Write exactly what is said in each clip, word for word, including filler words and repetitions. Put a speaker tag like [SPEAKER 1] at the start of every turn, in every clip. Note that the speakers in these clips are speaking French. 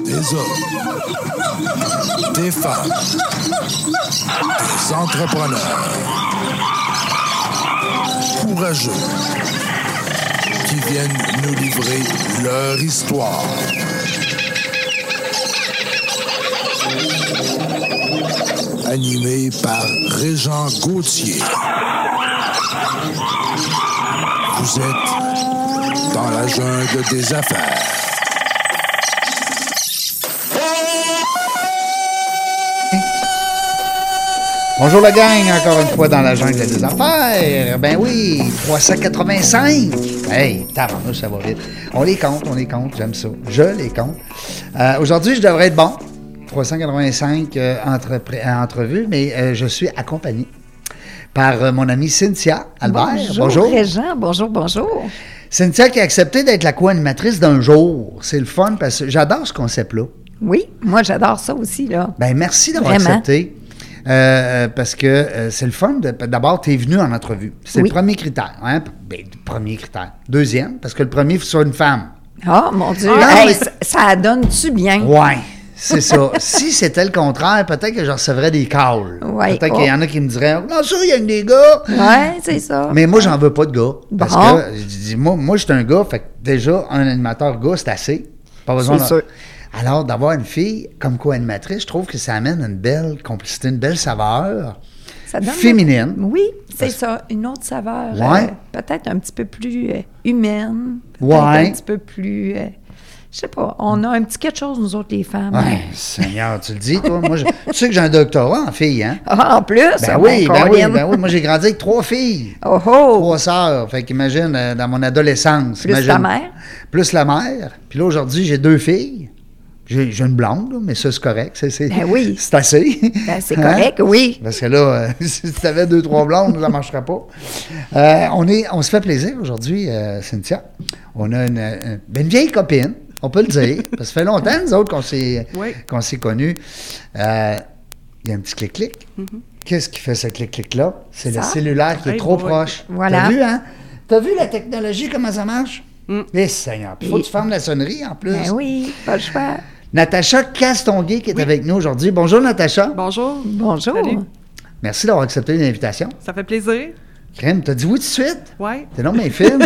[SPEAKER 1] Des hommes, des femmes, des entrepreneurs courageux qui viennent nous livrer leur histoire. Animé par Régent Gauthier. Vous êtes dans la jungle des affaires.
[SPEAKER 2] Bonjour la gang, encore une fois dans la jungle des affaires. Ben oui, trois cent quatre-vingt-cinq. Hey, tabarnouche, ça va vite. On les compte, on les compte, j'aime ça. Je les compte. Euh, aujourd'hui, je devrais être bon. trois cent quatre-vingt-cinq euh, entre, entrevues, mais euh, je suis accompagné par euh, mon amie Cynthia Albert.
[SPEAKER 3] Bonjour, bonjour. Régent, bonjour, bonjour.
[SPEAKER 2] Cynthia qui a accepté d'être la co-animatrice d'un jour. C'est le fun parce que j'adore ce concept-là.
[SPEAKER 3] Oui, moi j'adore ça aussi, là.
[SPEAKER 2] Ben merci d'avoir
[SPEAKER 3] Vraiment.
[SPEAKER 2] accepté. Euh, parce que euh, c'est le fun. De, d'abord, tu es venu en entrevue. C'est
[SPEAKER 3] oui.
[SPEAKER 2] le premier critère. Hein? Ben, le premier critère. Deuxième, parce que le premier, c'est sur une femme.
[SPEAKER 3] Oh, mon Dieu.
[SPEAKER 2] Ah,
[SPEAKER 3] hey,
[SPEAKER 2] mais...
[SPEAKER 3] ça, ça donne-tu bien?
[SPEAKER 2] Ouais, c'est ça. Si c'était le contraire, peut-être que je recevrais des calls.
[SPEAKER 3] Ouais.
[SPEAKER 2] Peut-être
[SPEAKER 3] oh.
[SPEAKER 2] qu'il y en a qui me diraient « Non, ça, il y a des gars! »
[SPEAKER 3] Ouais, c'est ça.
[SPEAKER 2] Mais moi, j'en veux pas de gars. Parce
[SPEAKER 3] bon.
[SPEAKER 2] que, je dis, moi, moi je suis un gars, fait que déjà, un animateur gars, c'est assez. Pas besoin
[SPEAKER 3] C'est
[SPEAKER 2] de...
[SPEAKER 3] sûr.
[SPEAKER 2] Alors, d'avoir une fille comme co-animatrice, je trouve que ça amène une belle complicité, une belle saveur
[SPEAKER 3] Ça donne
[SPEAKER 2] féminine.
[SPEAKER 3] Le... Oui, c'est
[SPEAKER 2] Parce...
[SPEAKER 3] ça. Une autre saveur.
[SPEAKER 2] Ouais.
[SPEAKER 3] Euh, peut-être un petit peu plus euh, humaine. Peut-être
[SPEAKER 2] Ouais.
[SPEAKER 3] un petit peu plus... Euh, je sais pas. On a un petit quelque chose, nous autres, les femmes.
[SPEAKER 2] Ouais, Seigneur, tu le dis, toi. Moi, je... tu sais que j'ai un doctorat en filles, hein?
[SPEAKER 3] Ah, en plus?
[SPEAKER 2] Ben oui, ben oui, ben oui. Moi, j'ai grandi avec trois filles.
[SPEAKER 3] Oh, oh.
[SPEAKER 2] Trois sœurs. Fait qu'imagine, euh, dans mon adolescence.
[SPEAKER 3] Plus
[SPEAKER 2] imagine,
[SPEAKER 3] ta mère?
[SPEAKER 2] Plus la mère. Puis là, aujourd'hui, j'ai deux filles. J'ai, j'ai une blonde, là, mais ça, c'est correct. C'est, c'est,
[SPEAKER 3] ben oui.
[SPEAKER 2] c'est assez.
[SPEAKER 3] Ben, c'est correct, hein? Oui.
[SPEAKER 2] Parce que là, euh, si tu avais deux, trois blondes, ça ne marcherait pas. Euh, on, est, on se fait plaisir aujourd'hui, euh, Cynthia. On a une, une, une vieille copine, on peut le dire. Parce que ça fait longtemps, nous autres, qu'on s'est,
[SPEAKER 4] oui.
[SPEAKER 2] qu'on s'est connus. Euh, il y a un petit clic-clic. Mm-hmm. Qu'est-ce qui fait ce clic-clic-là? C'est ça? Le cellulaire qui est hey, trop boy. proche.
[SPEAKER 3] Voilà.
[SPEAKER 2] T'as vu, hein? T'as vu la technologie, comment ça marche? Mm. Eh, Seigneur. Puis il faut que tu fermes la sonnerie, en plus.
[SPEAKER 3] Ben oui, pas le choix.
[SPEAKER 2] Natacha Castonguay qui est oui. avec nous aujourd'hui. Bonjour, Natacha.
[SPEAKER 4] Bonjour.
[SPEAKER 3] Bonjour.
[SPEAKER 4] Salut.
[SPEAKER 2] Merci d'avoir accepté l'invitation.
[SPEAKER 4] Ça fait plaisir.
[SPEAKER 2] Crème, t'as dit oui tout de suite?
[SPEAKER 4] Oui.
[SPEAKER 2] T'es non, mais film.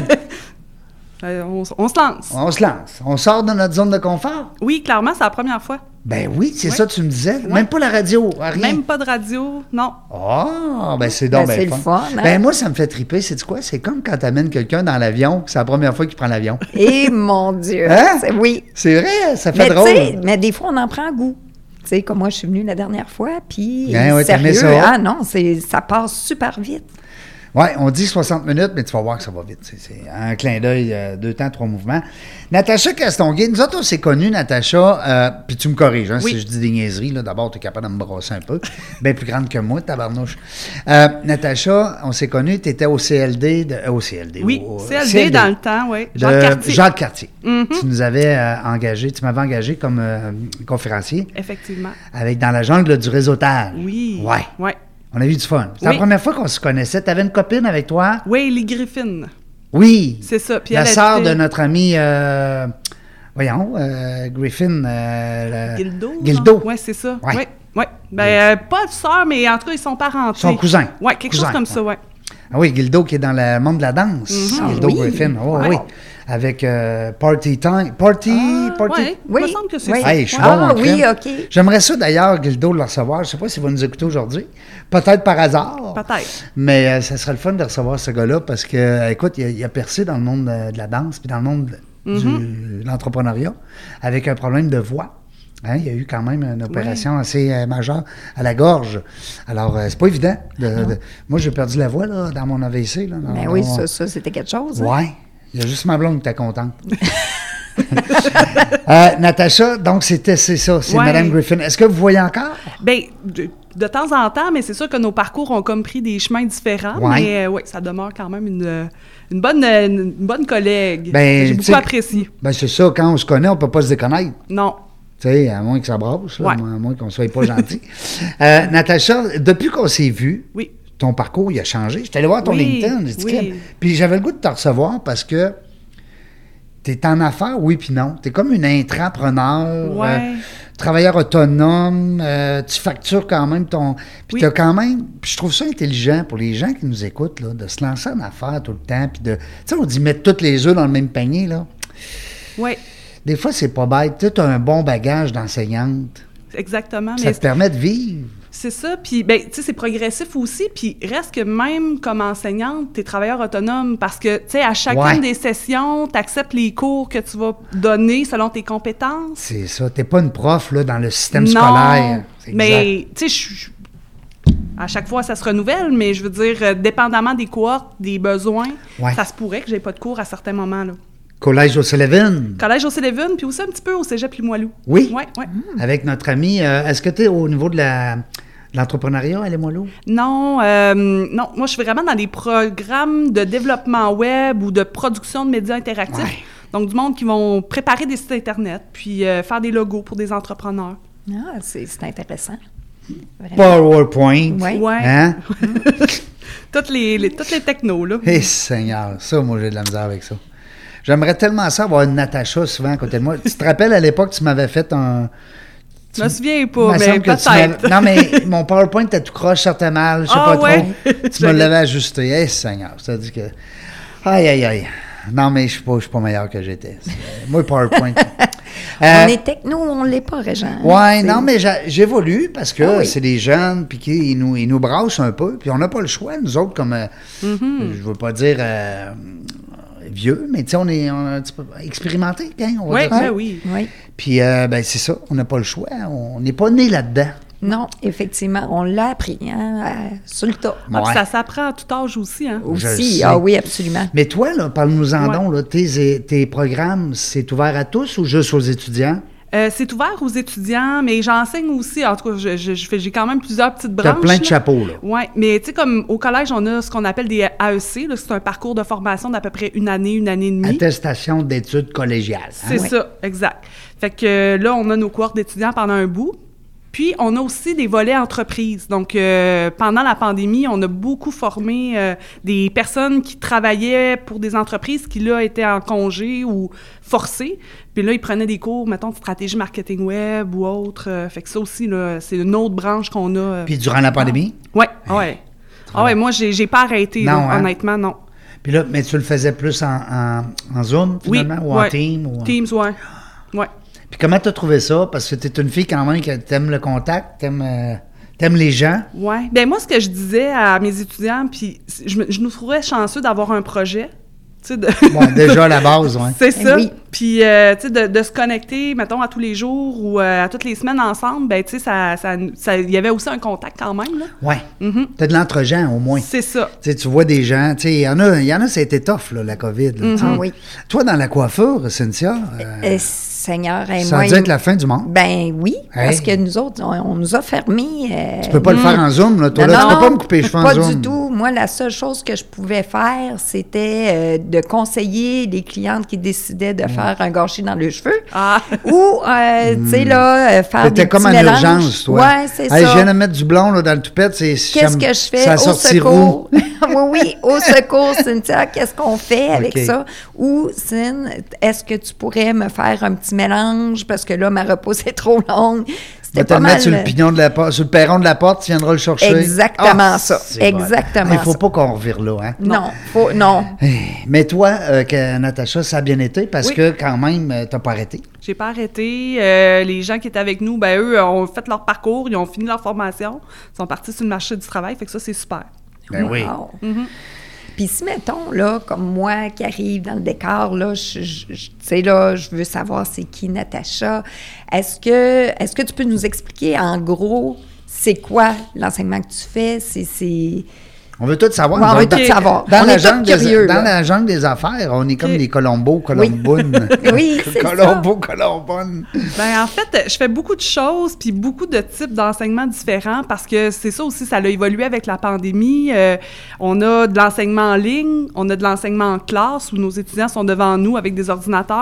[SPEAKER 4] euh, on, on se lance.
[SPEAKER 2] On se lance. On sort de notre zone de confort?
[SPEAKER 4] Oui, clairement, c'est la première fois.
[SPEAKER 2] Ben oui, c'est
[SPEAKER 4] oui.
[SPEAKER 2] ça que tu me disais.
[SPEAKER 4] Oui.
[SPEAKER 2] Même pas la radio, rien.
[SPEAKER 4] Même pas de radio, non.
[SPEAKER 2] Ah, oh, ben c'est donc
[SPEAKER 3] ben,
[SPEAKER 2] ben
[SPEAKER 3] c'est fun. le fun. Hein?
[SPEAKER 2] Ben moi, ça me fait triper. C'est quoi? C'est comme quand t'amènes quelqu'un dans l'avion, c'est la première fois qu'il prend l'avion.
[SPEAKER 3] Eh mon Dieu!
[SPEAKER 2] Hein?
[SPEAKER 3] C'est, oui.
[SPEAKER 2] C'est vrai, ça fait
[SPEAKER 3] mais
[SPEAKER 2] drôle.
[SPEAKER 3] Mais des fois, on en prend goût. Tu sais, comme moi, je suis venue la dernière fois, puis
[SPEAKER 2] ben, ouais,
[SPEAKER 3] sérieux,
[SPEAKER 2] ça.
[SPEAKER 3] ah non, c'est, ça passe super vite.
[SPEAKER 2] Oui, on dit soixante minutes, mais tu vas voir que ça va vite. C'est, c'est un clin d'œil, euh, deux temps, trois mouvements. Natacha Castonguay, nous autres, on s'est connus, Natacha, euh, puis tu me corriges, hein, oui. si je dis des niaiseries. Là, d'abord, tu es capable de me brasser un peu. Bien plus grande que moi, tabarnouche. Euh, Natacha, on s'est connus, tu étais au C L D. De, euh, au C L D.
[SPEAKER 4] Oui,
[SPEAKER 2] au,
[SPEAKER 4] C L D, C L D dans le temps, oui.
[SPEAKER 2] Jacques Cartier. Jacques Cartier.
[SPEAKER 4] Mm-hmm.
[SPEAKER 2] Tu nous avais euh, engagé, tu m'avais engagé comme euh, conférencier.
[SPEAKER 4] Effectivement.
[SPEAKER 2] Avec Dans la jungle du réseautage.
[SPEAKER 4] Oui.
[SPEAKER 2] Ouais.
[SPEAKER 4] Ouais.
[SPEAKER 2] On a eu du fun. C'est oui. la première fois qu'on se connaissait. Tu avais une copine avec toi?
[SPEAKER 4] Oui, Lee Griffin.
[SPEAKER 2] Oui.
[SPEAKER 4] C'est ça. Puis
[SPEAKER 2] la sœur
[SPEAKER 4] était...
[SPEAKER 2] de notre ami, euh, voyons, euh, Griffin. Euh,
[SPEAKER 4] Gildo.
[SPEAKER 2] Gildo.
[SPEAKER 4] Oui, c'est ça.
[SPEAKER 2] Oui.
[SPEAKER 4] Oui. Ouais. Ben, oui. Euh, pas de sœur, mais en tout cas, ils sont parentés.
[SPEAKER 2] Son cousin.
[SPEAKER 4] Oui, quelque
[SPEAKER 2] cousin.
[SPEAKER 4] chose comme ça, oui.
[SPEAKER 2] Ah oui, Gildo qui est dans le monde de la danse.
[SPEAKER 4] Mm-hmm.
[SPEAKER 2] Gildo
[SPEAKER 3] oui.
[SPEAKER 2] Griffin. Oh,
[SPEAKER 3] ouais.
[SPEAKER 2] oui. Avec euh, Party Time. Party.
[SPEAKER 4] Ah,
[SPEAKER 2] party.
[SPEAKER 4] Ouais.
[SPEAKER 3] Oui.
[SPEAKER 4] Il me semble que c'est
[SPEAKER 3] oui.
[SPEAKER 4] ça.
[SPEAKER 2] Hey, je suis
[SPEAKER 3] ah,
[SPEAKER 2] bon en
[SPEAKER 3] oui,
[SPEAKER 2] crème.
[SPEAKER 3] OK.
[SPEAKER 2] J'aimerais ça d'ailleurs, Gildo, le recevoir. Je ne sais pas s'il va nous écouter aujourd'hui. Peut-être par hasard.
[SPEAKER 4] Peut-être.
[SPEAKER 2] Mais euh, ça serait le fun de recevoir ce gars-là parce que, euh, écoute, il a, il a percé dans le monde de, de la danse puis dans le monde
[SPEAKER 4] mm-hmm.
[SPEAKER 2] du, de l'entrepreneuriat avec un problème de voix. Hein, il y a eu quand même une opération oui. assez euh, majeure à la gorge. Alors, euh, c'est pas évident. De, de, moi, j'ai perdu la voix là, dans mon A V C. Là, dans,
[SPEAKER 3] ben oui,
[SPEAKER 2] dans,
[SPEAKER 3] ça, ça, c'était quelque chose.
[SPEAKER 2] Oui.
[SPEAKER 3] Hein?
[SPEAKER 2] Il y a juste ma blonde qui était contente. euh, Natacha, donc c'était c'est ça, c'est ouais. Mme Griffin. Est-ce que vous voyez encore?
[SPEAKER 4] Bien, de, de temps en temps, mais c'est sûr que nos parcours ont comme pris des chemins différents. Ouais. Mais euh, oui, ça demeure quand même une, une, bonne, une bonne collègue. Ben, j'ai beaucoup apprécié.
[SPEAKER 2] Ben c'est ça, quand on se connaît, on ne peut pas se déconnaître.
[SPEAKER 4] Non.
[SPEAKER 2] Tu sais, à moins que ça brasse, là,
[SPEAKER 4] ouais.
[SPEAKER 2] à moins qu'on ne soit pas gentil. euh, Natacha, depuis qu'on s'est vu,
[SPEAKER 4] oui.
[SPEAKER 2] ton parcours, il a changé. Je suis allé voir ton
[SPEAKER 4] oui,
[SPEAKER 2] LinkedIn. J'ai dit,
[SPEAKER 4] oui.
[SPEAKER 2] Puis j'avais le goût de te recevoir parce que t'es en affaires, oui puis non. T'es comme une intrapreneur,
[SPEAKER 4] Ouais.
[SPEAKER 2] euh, travailleur autonome, euh, tu factures quand même ton... Puis
[SPEAKER 4] Oui.
[SPEAKER 2] t'as quand même... Puis je trouve ça intelligent pour les gens qui nous écoutent, là, de se lancer en affaires tout le temps, puis de... Tu sais, on dit mettre tous les œufs dans le même panier, là.
[SPEAKER 4] Oui,
[SPEAKER 2] Des fois, c'est pas bête. Tu as un bon bagage d'enseignante.
[SPEAKER 4] exactement.
[SPEAKER 2] Ça
[SPEAKER 4] Mais
[SPEAKER 2] te permet de vivre.
[SPEAKER 4] c'est ça. Puis, ben, tu sais, c'est progressif aussi. Puis, reste que même comme enseignante, tu es travailleur autonome parce que, tu sais, à chacune
[SPEAKER 2] Ouais.
[SPEAKER 4] des sessions, tu acceptes les cours que tu vas donner selon tes compétences.
[SPEAKER 2] C'est ça. T'es pas une prof là, dans le système
[SPEAKER 4] Non,
[SPEAKER 2] scolaire. C'est exact.
[SPEAKER 4] mais, tu sais, je- je- à chaque fois, ça se renouvelle, mais je veux dire, euh, dépendamment des cohortes, des besoins,
[SPEAKER 2] Ouais.
[SPEAKER 4] ça se pourrait que j'ai pas de cours à certains moments, là.
[SPEAKER 2] Collège O'Sullivan.
[SPEAKER 4] Collège au Sullivan, puis aussi un petit peu au cégep Limoilou.
[SPEAKER 2] Oui.
[SPEAKER 4] Ouais, ouais.
[SPEAKER 2] Avec notre ami. euh, est-ce que tu es au niveau de la, de l'entrepreneuriat, elle est mollo?
[SPEAKER 4] Non, euh, non, moi, je suis vraiment dans des programmes de développement web ou de production de médias interactifs.
[SPEAKER 2] Ouais.
[SPEAKER 4] Donc, du monde qui vont préparer des sites Internet, puis euh, faire des logos pour des entrepreneurs.
[SPEAKER 3] Ah, c'est c'est intéressant. Vraiment.
[SPEAKER 2] PowerPoint.
[SPEAKER 3] Oui.
[SPEAKER 4] Ouais.
[SPEAKER 2] Hein?
[SPEAKER 4] toutes, les, les- toutes les technos, là.
[SPEAKER 2] Eh, Seigneur, ça, moi, j'ai de la misère avec ça. J'aimerais tellement ça avoir une Natacha souvent à côté de moi. Tu te rappelles, à l'époque, tu m'avais fait un...
[SPEAKER 4] Je me souviens
[SPEAKER 2] Il
[SPEAKER 4] pas,
[SPEAKER 2] me
[SPEAKER 4] mais
[SPEAKER 2] semble que tu m'avais-
[SPEAKER 4] peut-être.
[SPEAKER 2] Non, mais mon PowerPoint était tout croche, sortait mal, je sais
[SPEAKER 4] Ah,
[SPEAKER 2] pas
[SPEAKER 4] ouais?
[SPEAKER 2] trop. Tu me l'avais ajusté. Eh, Seigneur, ça dit que... Aïe, aïe, aïe. Non, mais je suis pas, je suis pas meilleur que j'étais. C'est- Moi, PowerPoint... Euh,
[SPEAKER 3] On est techno, on l'est pas, Régent.
[SPEAKER 2] Ouais,
[SPEAKER 3] C'est-
[SPEAKER 2] non, mais j'a- j'évolue parce que
[SPEAKER 3] Ah oui.
[SPEAKER 2] c'est des jeunes, puis qui ils nous, ils nous brassent un peu, puis on n'a pas le choix, nous autres, comme, euh,
[SPEAKER 4] Mm-hmm.
[SPEAKER 2] je veux pas dire euh, vieux, mais tu sais, on est, on est un petit peu expérimenté, hein, on va
[SPEAKER 4] Oui,
[SPEAKER 2] dire ça.
[SPEAKER 4] ben oui.
[SPEAKER 3] Oui.
[SPEAKER 2] Puis, euh, ben, c'est ça, on n'a pas le choix, on n'est pas né là-dedans.
[SPEAKER 3] Non, effectivement, on l'a appris, hein, à- sur le tas.
[SPEAKER 4] Ah, puis
[SPEAKER 2] Ouais.
[SPEAKER 4] ça s'apprend à tout âge aussi, hein?
[SPEAKER 2] Je le
[SPEAKER 3] Aussi,
[SPEAKER 2] sais.
[SPEAKER 3] ah oui, absolument.
[SPEAKER 2] Mais toi, là, parle-nous-en
[SPEAKER 4] Ouais.
[SPEAKER 2] donc, là, tes, tes programmes, c'est ouvert à tous ou juste aux étudiants?
[SPEAKER 4] Euh, c'est ouvert aux étudiants, mais j'enseigne aussi. En tout cas, je, je, je fais, j'ai quand même plusieurs petites
[SPEAKER 2] T'as
[SPEAKER 4] branches.
[SPEAKER 2] plein de
[SPEAKER 4] là.
[SPEAKER 2] chapeaux, là.
[SPEAKER 4] Oui, mais tu sais, comme au collège, on a ce qu'on appelle des A E C. Là, c'est un parcours de formation d'à peu près une année, une année et demie.
[SPEAKER 2] Attestation d'études collégiales. hein?
[SPEAKER 4] C'est
[SPEAKER 3] Oui.
[SPEAKER 4] ça, exact. Fait que euh, là, on a nos cohortes d'étudiants pendant un bout. Puis, on a aussi des volets entreprises. Donc, euh, pendant la pandémie, on a beaucoup formé euh, des personnes qui travaillaient pour des entreprises qui, là, étaient en congé ou forcées. Puis là, ils prenaient des cours, mettons, de stratégie marketing web ou autre. Euh, fait que ça aussi, là, c'est une autre branche qu'on a. euh.
[SPEAKER 2] Puis durant la pandémie?
[SPEAKER 4] Ouais, ouais. Ah ouais, moi, j'ai, j'ai pas arrêté, là,
[SPEAKER 2] Non, hein?
[SPEAKER 4] honnêtement, non.
[SPEAKER 2] Puis là, mais tu le faisais plus en, en, en Zoom,
[SPEAKER 4] Oui,
[SPEAKER 2] finalement, ou en
[SPEAKER 4] ouais.
[SPEAKER 2] Team? Ou...
[SPEAKER 4] Teams, ouais. Ouais.
[SPEAKER 2] Puis comment tu as trouvé ça? Parce que tu es une fille quand même qui t'aimes le contact, t'aimes, euh, t'aimes les gens.
[SPEAKER 4] Oui. Bien, moi, ce que je disais à mes étudiants, puis je, me- je nous trouvais chanceux d'avoir un projet. Tu sais, de...
[SPEAKER 2] Bon, déjà à la base, oui.
[SPEAKER 4] C'est ça.
[SPEAKER 3] oui.
[SPEAKER 4] Puis, euh, tu sais, de, de se connecter, mettons, à tous les jours ou euh, à toutes les semaines ensemble, ben tu sais, ça, ça, ça- il y avait aussi un contact quand même, là.
[SPEAKER 2] Oui.
[SPEAKER 4] Mhm.
[SPEAKER 2] Tu as de l'entre-gens, au moins.
[SPEAKER 4] C'est ça.
[SPEAKER 2] Tu sais, tu vois des gens, tu sais, il y en a, il y en a, ça a été tough, là, la COVID. là, tu sais.
[SPEAKER 3] Ah oui.
[SPEAKER 2] Toi, dans la coiffure, Cynthia, euh,
[SPEAKER 3] Euh, Seigneur, et
[SPEAKER 2] ça
[SPEAKER 3] moi...
[SPEAKER 2] a dû être la fin du monde.
[SPEAKER 3] Ben oui, parce
[SPEAKER 2] Hey.
[SPEAKER 3] que nous autres, on, on nous a fermés. euh,
[SPEAKER 2] Tu peux pas le faire en Zoom, là. Toi,
[SPEAKER 3] non,
[SPEAKER 2] là, tu
[SPEAKER 3] non,
[SPEAKER 2] peux pas me couper les cheveux en
[SPEAKER 3] pas
[SPEAKER 2] Zoom.
[SPEAKER 3] du tout. Moi, la seule chose que je pouvais faire, c'était euh, de conseiller les clientes qui décidaient de faire un gâchis dans leurs cheveux.
[SPEAKER 4] Ah.
[SPEAKER 3] Ou, euh, tu sais, là, euh, faire des
[SPEAKER 2] T'étais comme en
[SPEAKER 3] petits mélanges.
[SPEAKER 2] urgence, toi.
[SPEAKER 3] Ouais, c'est
[SPEAKER 2] Hey,
[SPEAKER 3] ça.
[SPEAKER 2] je viens de mettre du blond là, dans le toupette. c'est-
[SPEAKER 3] Qu'est-ce
[SPEAKER 2] ça me-
[SPEAKER 3] que je fais?
[SPEAKER 2] Ça a
[SPEAKER 3] Au
[SPEAKER 2] sorti roux.
[SPEAKER 3] secours. oui, oui, au secours, Cynthia, qu'est-ce qu'on fait avec
[SPEAKER 2] OK.
[SPEAKER 3] ça? Ou, Cyn, est-ce que tu pourrais me faire un petit mélange parce que là, ma repousse est trop longue?
[SPEAKER 2] Va
[SPEAKER 3] C'était
[SPEAKER 2] te le
[SPEAKER 3] pas
[SPEAKER 2] mettre
[SPEAKER 3] mal.
[SPEAKER 2] sur le pignon de la porte, sur le perron de la porte, tu viendras le chercher.
[SPEAKER 3] Exactement
[SPEAKER 2] Ah,
[SPEAKER 3] ça.
[SPEAKER 2] c'est bon.
[SPEAKER 3] Exactement
[SPEAKER 2] Il faut
[SPEAKER 3] ça.
[SPEAKER 2] pas qu'on revire là, hein?
[SPEAKER 3] Non, faut, non.
[SPEAKER 2] Hey, Mais toi, euh, que, Natacha, ça a bien été parce
[SPEAKER 4] Oui.
[SPEAKER 2] que quand même, euh, t'as pas arrêté.
[SPEAKER 4] J'ai pas arrêté. Euh, les gens qui étaient avec nous, ben eux, ont fait leur parcours, ils ont fini leur formation, ils sont partis sur le marché du travail, fait que ça, c'est super.
[SPEAKER 2] Ben oui.
[SPEAKER 3] Wow.
[SPEAKER 4] Mhm.
[SPEAKER 3] Puis si, mettons, là, comme moi qui arrive dans le décor, là, je, je- je- tu sais, là, je veux savoir c'est qui Natacha. Est-ce que, est-ce que tu peux nous expliquer, en gros, c'est quoi l'enseignement que tu fais? C'est... c'est...
[SPEAKER 2] On veut tout savoir.
[SPEAKER 3] Ouais, on
[SPEAKER 2] nous
[SPEAKER 3] veut
[SPEAKER 2] autres.
[SPEAKER 3] tout savoir.
[SPEAKER 2] Dans,
[SPEAKER 3] On
[SPEAKER 2] la
[SPEAKER 3] est tous
[SPEAKER 2] jungle des,
[SPEAKER 3] curieux,
[SPEAKER 2] dans
[SPEAKER 3] là.
[SPEAKER 2] la jungle des affaires, on est comme
[SPEAKER 4] OK.
[SPEAKER 2] des Colombo, Colombones.
[SPEAKER 3] Oui, c'est ça.
[SPEAKER 2] Colombo, Colombones.
[SPEAKER 4] Ben en fait, je fais beaucoup de choses puis beaucoup de types d'enseignements différents parce que c'est ça aussi, ça a évolué avec la pandémie. Euh, on a de l'enseignement en ligne, on a de l'enseignement en classe où nos étudiants sont devant nous avec des ordinateurs.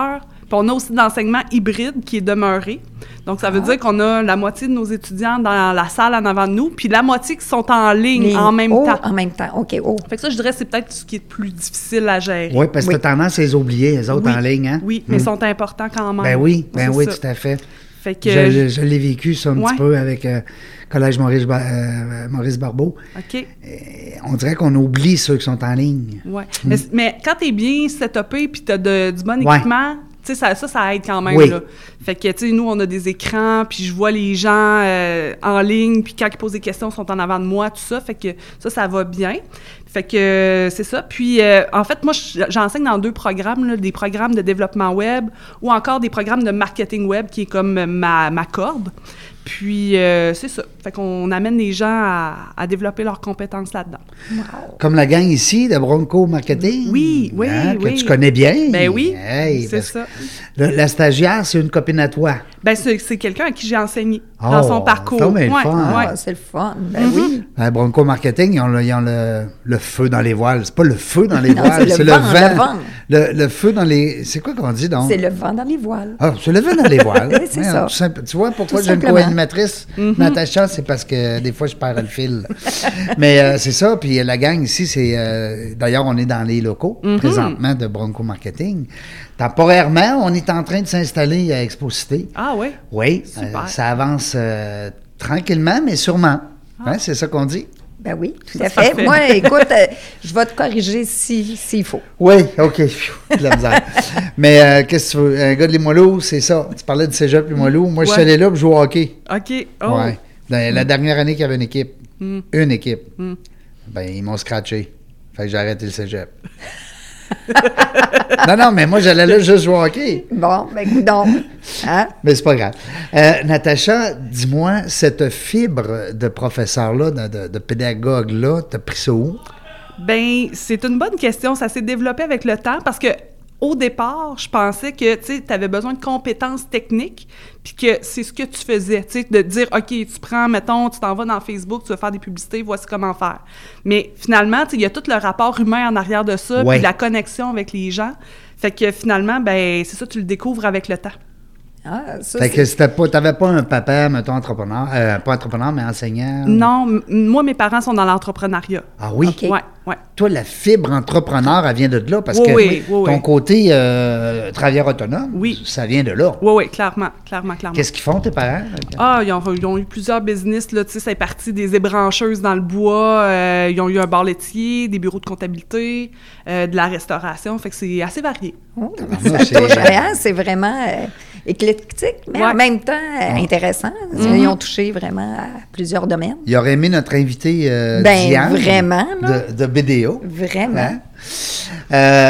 [SPEAKER 4] Puis on a aussi de l'enseignement hybride qui est demeuré. Donc, ça veut
[SPEAKER 3] Ah.
[SPEAKER 4] dire qu'on a la moitié de nos étudiants dans la salle en avant de nous, puis la moitié qui sont en ligne
[SPEAKER 3] Les-
[SPEAKER 4] en même
[SPEAKER 3] oh,
[SPEAKER 4] temps.
[SPEAKER 3] En même temps, OK. Oh.
[SPEAKER 4] Fait que ça, je dirais, c'est peut-être ce qui est le plus difficile à gérer.
[SPEAKER 2] Oui, parce que
[SPEAKER 3] Oui.
[SPEAKER 2] tu as tendance à les oublier, les autres
[SPEAKER 4] Oui.
[SPEAKER 2] en ligne, hein?
[SPEAKER 4] Oui, mais ils sont importants quand même.
[SPEAKER 2] Ben oui, ben
[SPEAKER 4] C'est
[SPEAKER 2] oui,
[SPEAKER 4] ça.
[SPEAKER 2] tout à fait.
[SPEAKER 4] Fait que...
[SPEAKER 2] Je, je- je l'ai vécu, ça, un
[SPEAKER 4] Ouais.
[SPEAKER 2] petit peu avec euh, Collège Maurice, Ba- euh, Maurice Barbeau.
[SPEAKER 4] OK.
[SPEAKER 2] Et on dirait qu'on oublie ceux qui sont en ligne.
[SPEAKER 4] Ouais. Mais, mais quand t'es bien setupé puis t'as de- du bon
[SPEAKER 2] Ouais.
[SPEAKER 4] équipement, tu sais, ça, ça, ça aide quand même,
[SPEAKER 2] Oui.
[SPEAKER 4] là. Fait que, tu sais, nous, on a des écrans, puis je vois les gens euh, en ligne, puis quand ils posent des questions, ils sont en avant de moi, tout ça. Fait que ça, ça va bien. Fait que euh, c'est ça. Puis, euh, en fait, moi, je- j'enseigne dans deux programmes, là, des programmes de développement web ou encore des programmes de marketing web, qui est comme ma, ma corde. Puis, euh, c'est ça. Fait qu'on amène les gens à, à développer leurs compétences là-dedans.
[SPEAKER 3] Wow.
[SPEAKER 2] Comme la gang ici de Bronco Marketing.
[SPEAKER 4] Oui, oui,
[SPEAKER 2] hein, que
[SPEAKER 4] oui.
[SPEAKER 2] tu connais bien.
[SPEAKER 4] Ben oui,
[SPEAKER 2] Hey,
[SPEAKER 4] c'est
[SPEAKER 2] parce que
[SPEAKER 4] ça.
[SPEAKER 2] le- la stagiaire, c'est une copine à toi.
[SPEAKER 4] Ben, c'est, c'est quelqu'un à qui j'ai enseigné
[SPEAKER 2] Oh,
[SPEAKER 4] dans son parcours.
[SPEAKER 2] donc, ben, le fun.
[SPEAKER 3] Ah, c'est le fun. Ben
[SPEAKER 4] Mhm.
[SPEAKER 3] oui.
[SPEAKER 2] À Bronco Marketing, ils ont, le, ils ont le, le feu dans les voiles. C'est pas le feu dans les
[SPEAKER 3] Non,
[SPEAKER 2] voiles,
[SPEAKER 3] c'est
[SPEAKER 2] c'est
[SPEAKER 3] le
[SPEAKER 2] le
[SPEAKER 3] vent,
[SPEAKER 2] vent.
[SPEAKER 3] le vent.
[SPEAKER 2] Le, le feu dans les... C'est quoi qu'on dit, donc?
[SPEAKER 3] C'est le vent dans les voiles.
[SPEAKER 2] Ah, c'est le vent dans les voiles.
[SPEAKER 3] Oui, c'est
[SPEAKER 2] Ouais,
[SPEAKER 3] ça.
[SPEAKER 2] tout simple. Tu vois pourquoi
[SPEAKER 3] Tout
[SPEAKER 2] j'ai une
[SPEAKER 3] simplement.
[SPEAKER 2] co-animatrice, Natacha, c'est parce que des fois, je perds le fil. Mais euh, c'est ça. Puis la gang ici, c'est... euh, d'ailleurs, on est dans les locaux, présentement, de Bronco Marketing. Temporairement, on est en train de s'installer à Exposité.
[SPEAKER 4] Ah oui?
[SPEAKER 2] Oui,
[SPEAKER 4] Super.
[SPEAKER 2] euh, ça avance euh, tranquillement, mais sûrement. Hein, c'est ça qu'on dit?
[SPEAKER 3] Ben oui, tout à
[SPEAKER 4] C'est
[SPEAKER 3] fait.
[SPEAKER 4] parfait.
[SPEAKER 3] Moi, écoute, euh, je vais te corriger si- s'il faut.
[SPEAKER 2] Oui, OK. Pfiou, de la misère. Mais euh, qu'est-ce que tu veux? Un gars de Limoilou, c'est ça. Tu parlais du cégep Limoilou. Moi, je suis
[SPEAKER 4] Ouais.
[SPEAKER 2] allé là pour jouer au hockey.
[SPEAKER 4] OK. Oh.
[SPEAKER 2] Ouais. La, la dernière année qu'il y avait une équipe.
[SPEAKER 4] Mm.
[SPEAKER 2] Une équipe.
[SPEAKER 4] Mm.
[SPEAKER 2] Ben, ils m'ont scratché. Fait que j'ai arrêté le cégep. non, non, mais moi, j'allais là juste jouer au hockey.
[SPEAKER 3] Bon, ben coudonc. Hein?
[SPEAKER 2] Mais c'est pas grave. Euh, Natacha, dis-moi, cette fibre de professeur-là, de, de, de pédagogue-là, t'as pris ça où?
[SPEAKER 4] Ben, c'est une bonne question. Ça s'est développé avec le temps parce que au départ, je pensais que tu avais besoin de compétences techniques, puis que c'est ce que tu faisais, tu sais, de dire, OK, tu prends, mettons, tu t'en vas dans Facebook, tu vas faire des publicités, voici comment faire. Mais finalement, tu sais, il y a tout le rapport humain en arrière de ça,
[SPEAKER 2] Ouais.
[SPEAKER 4] puis la connexion avec les gens. Fait que finalement, ben c'est ça, tu le découvres avec le temps.
[SPEAKER 3] Ah, ça,
[SPEAKER 2] Fait
[SPEAKER 3] c'est-
[SPEAKER 2] que c'était pas, t'avais pas un papa, mettons, entrepreneur, euh, pas entrepreneur, mais enseignant?
[SPEAKER 4] Non, m- moi, mes parents sont dans l'entrepreneuriat.
[SPEAKER 2] Ah oui?
[SPEAKER 3] OK.
[SPEAKER 4] Ouais, ouais.
[SPEAKER 2] Toi, la fibre entrepreneur, elle vient de là parce
[SPEAKER 4] Oui,
[SPEAKER 2] que
[SPEAKER 4] oui, oui,
[SPEAKER 2] ton
[SPEAKER 4] oui.
[SPEAKER 2] côté euh, travailleur autonome,
[SPEAKER 4] Oui.
[SPEAKER 2] ça vient de là.
[SPEAKER 4] Oui, oui, clairement, clairement, clairement.
[SPEAKER 2] Qu'est-ce qu'ils font, tes parents?
[SPEAKER 4] Ah, ils ont, ils ont eu plusieurs business, là, tu sais, c'est parti des ébrancheuses dans le bois, euh, ils ont eu un bar laitier, des bureaux de comptabilité, euh, de la restauration, fait que c'est assez varié.
[SPEAKER 3] Oh,
[SPEAKER 2] Tabarnouche,
[SPEAKER 3] ça
[SPEAKER 2] c'est-
[SPEAKER 3] touche, hein, c'est vraiment euh, éclectique, mais en
[SPEAKER 4] Ouais.
[SPEAKER 3] même temps euh, intéressant. Ils ont touché vraiment à plusieurs domaines.
[SPEAKER 2] Il aurait aimé notre invité euh,
[SPEAKER 3] Ben,
[SPEAKER 2] Diane
[SPEAKER 3] vraiment, là.
[SPEAKER 2] de, de B D O.
[SPEAKER 3] Vraiment.
[SPEAKER 2] Hein? Euh,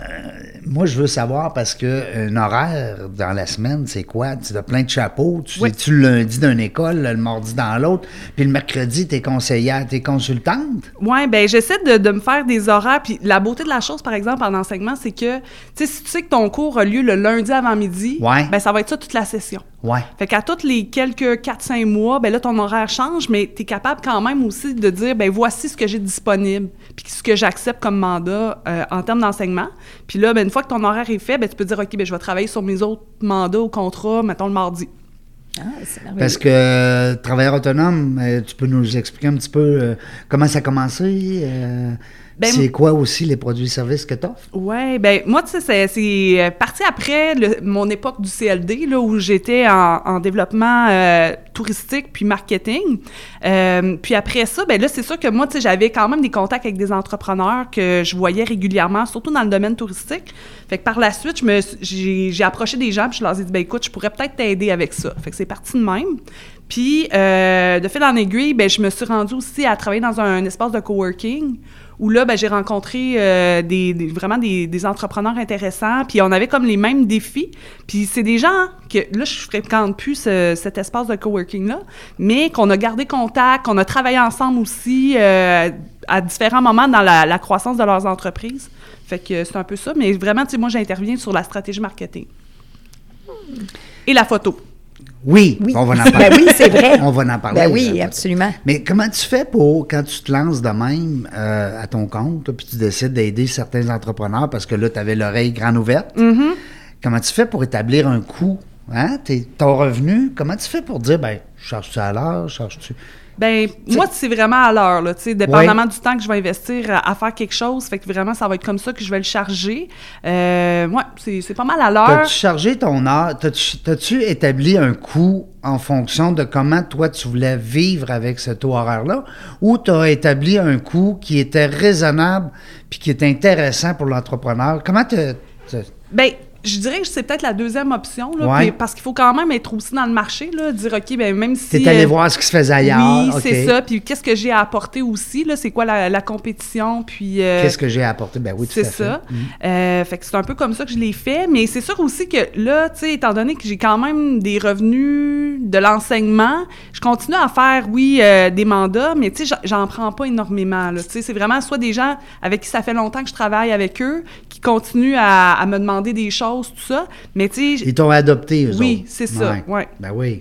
[SPEAKER 2] moi, je veux savoir parce que un horaire dans la semaine, c'est quoi? Tu as plein de chapeaux. Tu
[SPEAKER 4] Oui.
[SPEAKER 2] es-tu le lundi d'une école, le mardi dans l'autre, puis le mercredi, tu es conseillère, tu es consultante?
[SPEAKER 4] Oui, bien, j'essaie de, de me faire des horaires. Puis la beauté de la chose, par exemple, en enseignement, c'est que, tu sais, si tu sais que ton cours a lieu le lundi avant-midi,
[SPEAKER 2] Ouais.
[SPEAKER 4] ben ça va être ça toute la session.
[SPEAKER 2] Ouais.
[SPEAKER 4] Fait qu'à tous les quelques quatre cinq mois, ben là, ton horaire change, mais tu es capable quand même aussi de dire, ben voici ce que j'ai disponible, puis ce que j'accepte comme mandat euh, en termes d'enseignement. Puis là, ben, une fois que ton horaire est fait, ben tu peux dire, OK, ben je vais travailler sur mes autres mandats au contrat, mettons le mardi.
[SPEAKER 3] Ah, c'est merveilleux.
[SPEAKER 2] Parce que euh, travailleur autonome, euh, tu peux nous expliquer un petit peu euh, comment ça a commencé? euh,
[SPEAKER 4] Ben,
[SPEAKER 2] c'est quoi aussi les produits et services que tu offres?
[SPEAKER 4] Oui, ben moi, tu sais, c'est, c'est parti après le- mon époque du C L D, là, où j'étais en, en développement euh, touristique puis marketing. Euh, puis après ça, ben là, c'est sûr que moi, tu sais, j'avais quand même des contacts avec des entrepreneurs que je voyais régulièrement, surtout dans le domaine touristique. Fait que par la suite, je me, suis- j'ai, j'ai approché des gens puis je leur ai dit, ben écoute, je pourrais peut-être t'aider avec ça. Fait que c'est parti de même. Puis, euh, de fil en aiguille, ben, je me suis rendue aussi à travailler dans un, espace de coworking où là, ben, j'ai rencontré euh, des, des- vraiment des, des entrepreneurs intéressants. Puis, on avait comme les mêmes défis. Puis, c'est des gens que, là, je fréquente plus ce- cet espace de coworking-là, mais qu'on a gardé contact, qu'on a travaillé ensemble aussi euh, à différents moments dans la, la croissance de leurs entreprises. Fait que c'est un peu ça. Mais vraiment, tu sais, moi, j'interviens sur la stratégie marketing. Et la photo.
[SPEAKER 2] Oui,
[SPEAKER 3] Oui.
[SPEAKER 2] on va en parler.
[SPEAKER 3] Ben oui, c'est vrai.
[SPEAKER 2] On va en parler.
[SPEAKER 3] Ben oui,
[SPEAKER 2] euh,
[SPEAKER 3] absolument.
[SPEAKER 2] Mais comment tu fais pour, quand tu te lances de même euh, à ton compte, là, puis tu décides d'aider certains entrepreneurs parce que là, tu avais l'oreille grande ouverte,
[SPEAKER 3] Mm-hmm.
[SPEAKER 2] comment tu fais pour établir un coût? Hein? T'es, ton revenu, comment tu fais pour dire, ben, charges-tu à l'heure, charges-tu...
[SPEAKER 4] Ben
[SPEAKER 2] T'sais,
[SPEAKER 4] moi, c'est vraiment à l'heure, là, tu sais, dépendamment ouais. du temps que je vais investir à, à faire quelque chose, fait que vraiment, ça va être comme ça que je vais le charger. Euh, ouais, c'est, c'est pas mal à l'heure.
[SPEAKER 2] T'as-tu chargé ton heure? T'as-tu, t'as-tu établi un coût en fonction de comment, toi, tu voulais vivre avec ce taux horaire-là? Ou t'as établi un coût qui était raisonnable puis qui est intéressant pour l'entrepreneur? Comment t'as... t'as...
[SPEAKER 4] Ben, je dirais que c'est peut-être la deuxième option, là,
[SPEAKER 2] ouais.
[SPEAKER 4] parce qu'il faut quand même être aussi dans le marché, là, dire, OK, ben même si...
[SPEAKER 2] T'es allé
[SPEAKER 4] euh,
[SPEAKER 2] voir ce qui se faisait ailleurs.
[SPEAKER 4] Oui,
[SPEAKER 2] okay.
[SPEAKER 4] c'est ça. Puis qu'est-ce que j'ai à apporter aussi, là, c'est quoi la, la compétition, puis... Euh,
[SPEAKER 2] qu'est-ce que j'ai à apporter? Ben oui, tout
[SPEAKER 4] c'est
[SPEAKER 2] à fait.
[SPEAKER 4] ça.
[SPEAKER 2] Mmh.
[SPEAKER 4] Euh, fait que c'est un peu comme ça que je l'ai fait, mais c'est sûr aussi que là, tu sais, étant donné que j'ai quand même des revenus de l'enseignement, je continue à faire, oui, euh, des mandats, mais tu sais, j'en prends pas énormément, là. Tu sais, c'est vraiment soit des gens avec qui ça fait longtemps que je travaille avec eux, qui continuent à, à me demander des choses, tout ça. Mais tu sais,
[SPEAKER 2] ils t'ont adopté, eux
[SPEAKER 4] oui,
[SPEAKER 2] autres.
[SPEAKER 4] c'est ça, ouais. ouais.
[SPEAKER 2] Ben oui.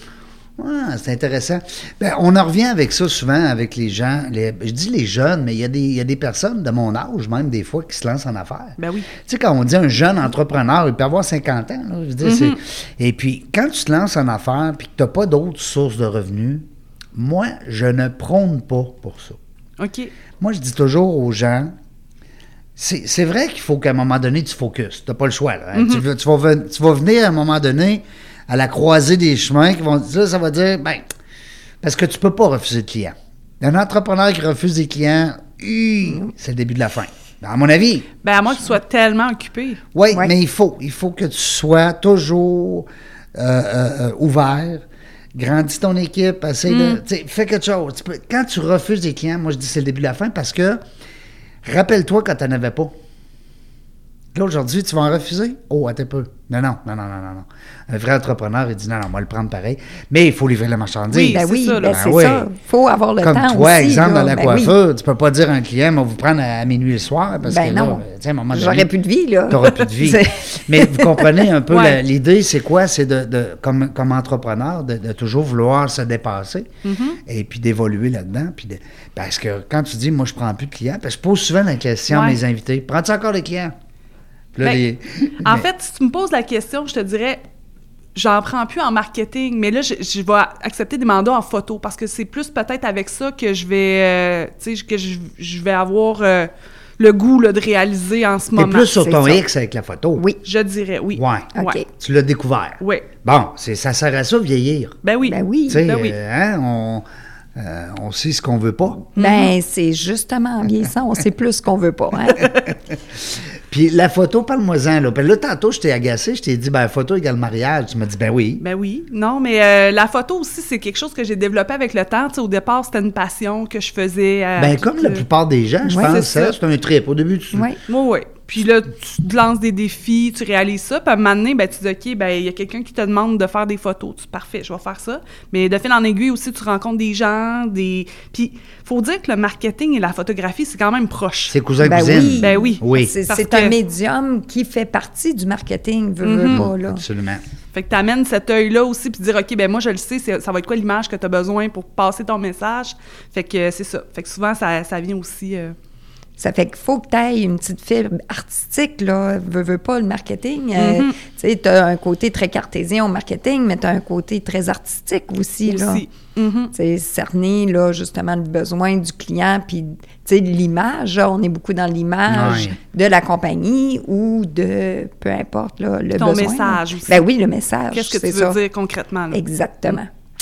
[SPEAKER 2] Ah, c'est intéressant. Ben, on en revient avec ça souvent, avec les gens. Les, je dis les jeunes, mais il y a des, il y a des personnes de mon âge, même des fois, qui se lancent en affaires.
[SPEAKER 4] Ben oui.
[SPEAKER 2] Tu sais, quand on dit un jeune entrepreneur, il peut avoir cinquante ans. Là, je veux dire, mm-hmm. c'est... Et puis, quand tu te lances en affaires et que tu n'as pas d'autres sources de revenus, moi, je ne prône pas pour ça.
[SPEAKER 4] OK.
[SPEAKER 2] Moi, je dis toujours aux gens... C'est, c'est vrai qu'il faut qu'à un moment donné, tu focuses. Tu n'as pas le choix. Là, hein? mm-hmm. tu, tu, vas, tu vas venir à un moment donné à la croisée des chemins qui vont dire, ça va dire, ben, parce que tu ne peux pas refuser de clients. Un entrepreneur qui refuse des clients, hum, c'est le début de la fin. À mon avis.
[SPEAKER 4] Ben, à moins que tu sois tellement occupé.
[SPEAKER 2] Oui,
[SPEAKER 4] ouais.
[SPEAKER 2] mais il faut. Il faut que tu sois toujours euh, euh, ouvert. Grandis ton équipe, essaie mm. de. Fais quelque chose. Tu peux, quand tu refuses des clients, moi, je dis c'est le début de la fin parce que. Rappelle-toi quand tu n'en avais pas. Là, aujourd'hui, tu vas en refuser? Oh, attends un peu. Non, non, non, non, non, non. Un vrai entrepreneur, il dit non, non, on va le prendre pareil. Mais il faut livrer la marchandise.
[SPEAKER 3] Oui, ben oui,
[SPEAKER 4] ça,
[SPEAKER 3] ben
[SPEAKER 2] ben
[SPEAKER 3] c'est
[SPEAKER 2] oui.
[SPEAKER 3] ça. Il faut avoir le
[SPEAKER 2] Comme
[SPEAKER 3] temps
[SPEAKER 2] toi,
[SPEAKER 3] aussi.
[SPEAKER 2] exemple,
[SPEAKER 3] là,
[SPEAKER 2] dans la
[SPEAKER 3] ben
[SPEAKER 2] coiffure,
[SPEAKER 3] oui.
[SPEAKER 2] tu peux pas dire à un client, on va vous prendre à, à minuit le soir. Parce
[SPEAKER 3] ben
[SPEAKER 2] que
[SPEAKER 3] non.
[SPEAKER 2] là, à un moment donné,
[SPEAKER 3] j'aurais plus de vie, là.
[SPEAKER 2] T'aurais plus de vie. Mais vous comprenez un peu,
[SPEAKER 4] ouais.
[SPEAKER 2] la, l'idée, c'est quoi? C'est de, de comme, comme entrepreneur, de, de toujours vouloir se dépasser
[SPEAKER 4] mm-hmm.
[SPEAKER 2] et puis d'évoluer là-dedans. Puis de, parce que quand tu dis, moi, je prends plus de clients, parce que je pose souvent la question
[SPEAKER 4] ouais.
[SPEAKER 2] à mes invités, prends-tu encore des clients? Là,
[SPEAKER 4] ben,
[SPEAKER 2] les...
[SPEAKER 4] En
[SPEAKER 2] mais...
[SPEAKER 4] fait, si tu me poses la question, je te dirais, j'en prends plus en marketing, mais là, je, je vais accepter des mandats en photo parce que c'est plus peut-être avec ça que je vais, euh, tu sais, que je, je vais avoir euh, le goût là, de réaliser en ce
[SPEAKER 2] T'es
[SPEAKER 4] moment.
[SPEAKER 2] T'es plus sur
[SPEAKER 4] c'est
[SPEAKER 2] ton
[SPEAKER 4] ça.
[SPEAKER 2] X avec la photo.
[SPEAKER 4] Oui, je dirais, oui.
[SPEAKER 2] Ouais.
[SPEAKER 3] OK.
[SPEAKER 4] Ouais.
[SPEAKER 2] Tu l'as découvert.
[SPEAKER 4] Oui.
[SPEAKER 2] Bon, c'est, ça sert à ça, vieillir.
[SPEAKER 4] Ben oui.
[SPEAKER 3] Ben oui.
[SPEAKER 2] Tu sais,
[SPEAKER 4] Ben oui.
[SPEAKER 2] euh, hein, on... Euh, on sait ce qu'on veut pas.
[SPEAKER 3] Ben, c'est justement en vieillissant, on sait plus ce qu'on veut pas. Hein?
[SPEAKER 2] Puis la photo, parle-moi-en. Là. Puis là, tantôt, je t'ai agacé, je t'ai dit, ben photo égale mariage. Tu m'as dit, ben oui.
[SPEAKER 4] Ben oui. Non, mais euh, la photo aussi, c'est quelque chose que j'ai développé avec le temps. T'sais, au départ, c'était une passion que je faisais. Euh,
[SPEAKER 2] ben comme la plupart des gens, je
[SPEAKER 3] ouais,
[SPEAKER 2] pense,
[SPEAKER 4] c'est
[SPEAKER 2] ça,
[SPEAKER 4] ça.
[SPEAKER 2] c'est un trip. Au début, tu...
[SPEAKER 3] Oui.
[SPEAKER 4] Oui, oui. Puis là, tu te lances des défis, tu réalises ça, puis à un moment donné, ben, tu dis, OK, ben il y a quelqu'un qui te demande de faire des photos. Tu dis, parfait, je vais faire ça. Mais de fil en aiguille aussi, tu rencontres des gens, des... Puis, faut dire que le marketing et la photographie, c'est quand même proche.
[SPEAKER 2] C'est cousin
[SPEAKER 3] Ben
[SPEAKER 2] cousine.
[SPEAKER 3] oui.
[SPEAKER 4] Ben oui.
[SPEAKER 2] Oui,
[SPEAKER 3] C'est,
[SPEAKER 4] Parce
[SPEAKER 3] c'est
[SPEAKER 4] que-
[SPEAKER 3] un médium qui fait partie du marketing, veux,
[SPEAKER 4] Mhm.
[SPEAKER 3] veux pas, là.
[SPEAKER 2] absolument.
[SPEAKER 4] Fait que tu amènes cet œil-là aussi, puis dire, OK, ben moi, je le sais, c'est- ça va être quoi l'image que tu as besoin pour passer ton message. Fait que euh, c'est ça. Fait que souvent, ça, ça vient aussi... euh,
[SPEAKER 3] Ça fait qu'il faut que tu aies une petite fibre artistique, là. Veux, veux pas, le marketing. euh,
[SPEAKER 4] Mhm.
[SPEAKER 3] tu sais, tu as un côté très cartésien au marketing, mais tu as un côté très artistique aussi, là.
[SPEAKER 4] aussi. Mhm.
[SPEAKER 3] Tu sais, cerner, là, justement, le besoin du client, puis, tu sais, l'image, là, on est beaucoup dans l'image
[SPEAKER 2] Ouais.
[SPEAKER 3] de la compagnie ou de, peu importe, là, le
[SPEAKER 4] Ton
[SPEAKER 3] besoin.
[SPEAKER 4] message
[SPEAKER 3] là.
[SPEAKER 4] aussi.
[SPEAKER 3] Ben oui, le message,
[SPEAKER 4] Qu'est-ce que
[SPEAKER 3] c'est
[SPEAKER 4] tu veux
[SPEAKER 3] ça.
[SPEAKER 4] dire concrètement? Là?
[SPEAKER 3] Exactement.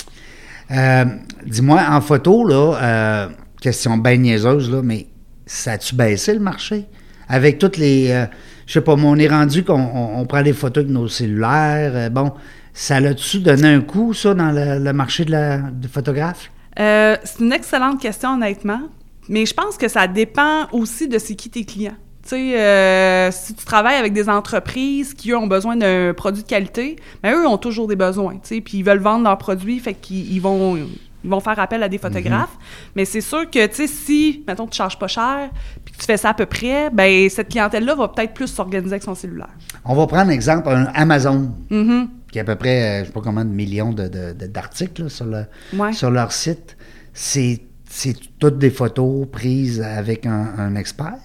[SPEAKER 2] Euh, dis-moi, en photo, là, euh, question bien niaiseuse, là, mais ça a-tu baissé le marché? Avec toutes les... Euh, je sais pas, moi, on est rendu qu'on on, on prend des photos avec nos cellulaires. euh, bon, ça l'a-tu donné un coup, ça, dans le, le marché de la de photographe?
[SPEAKER 4] Euh, c'est une excellente question, honnêtement. Mais je pense que ça dépend aussi de c'est qui tes clients. Tu sais, euh, si tu travailles avec des entreprises qui, eux, ont besoin d'un produit de qualité, bien, eux ont toujours des besoins, tu sais, puis ils veulent vendre leurs produits, fait qu'ils ils vont, ils vont faire appel à des photographes. Mm-hmm. Mais c'est sûr que, tu sais, si, mettons, tu ne charges pas cher, puis que tu fais ça à peu près, bien, cette clientèle-là va peut-être plus s'organiser avec son cellulaire.
[SPEAKER 2] On va prendre exemple un Amazon,
[SPEAKER 4] Mm-hmm.
[SPEAKER 2] qui a à peu près, euh, je ne sais pas combien de millions de, de, de, d'articles là, sur, le,
[SPEAKER 4] Ouais.
[SPEAKER 2] sur leur site. C'est, c'est toutes des photos prises avec un, un expert?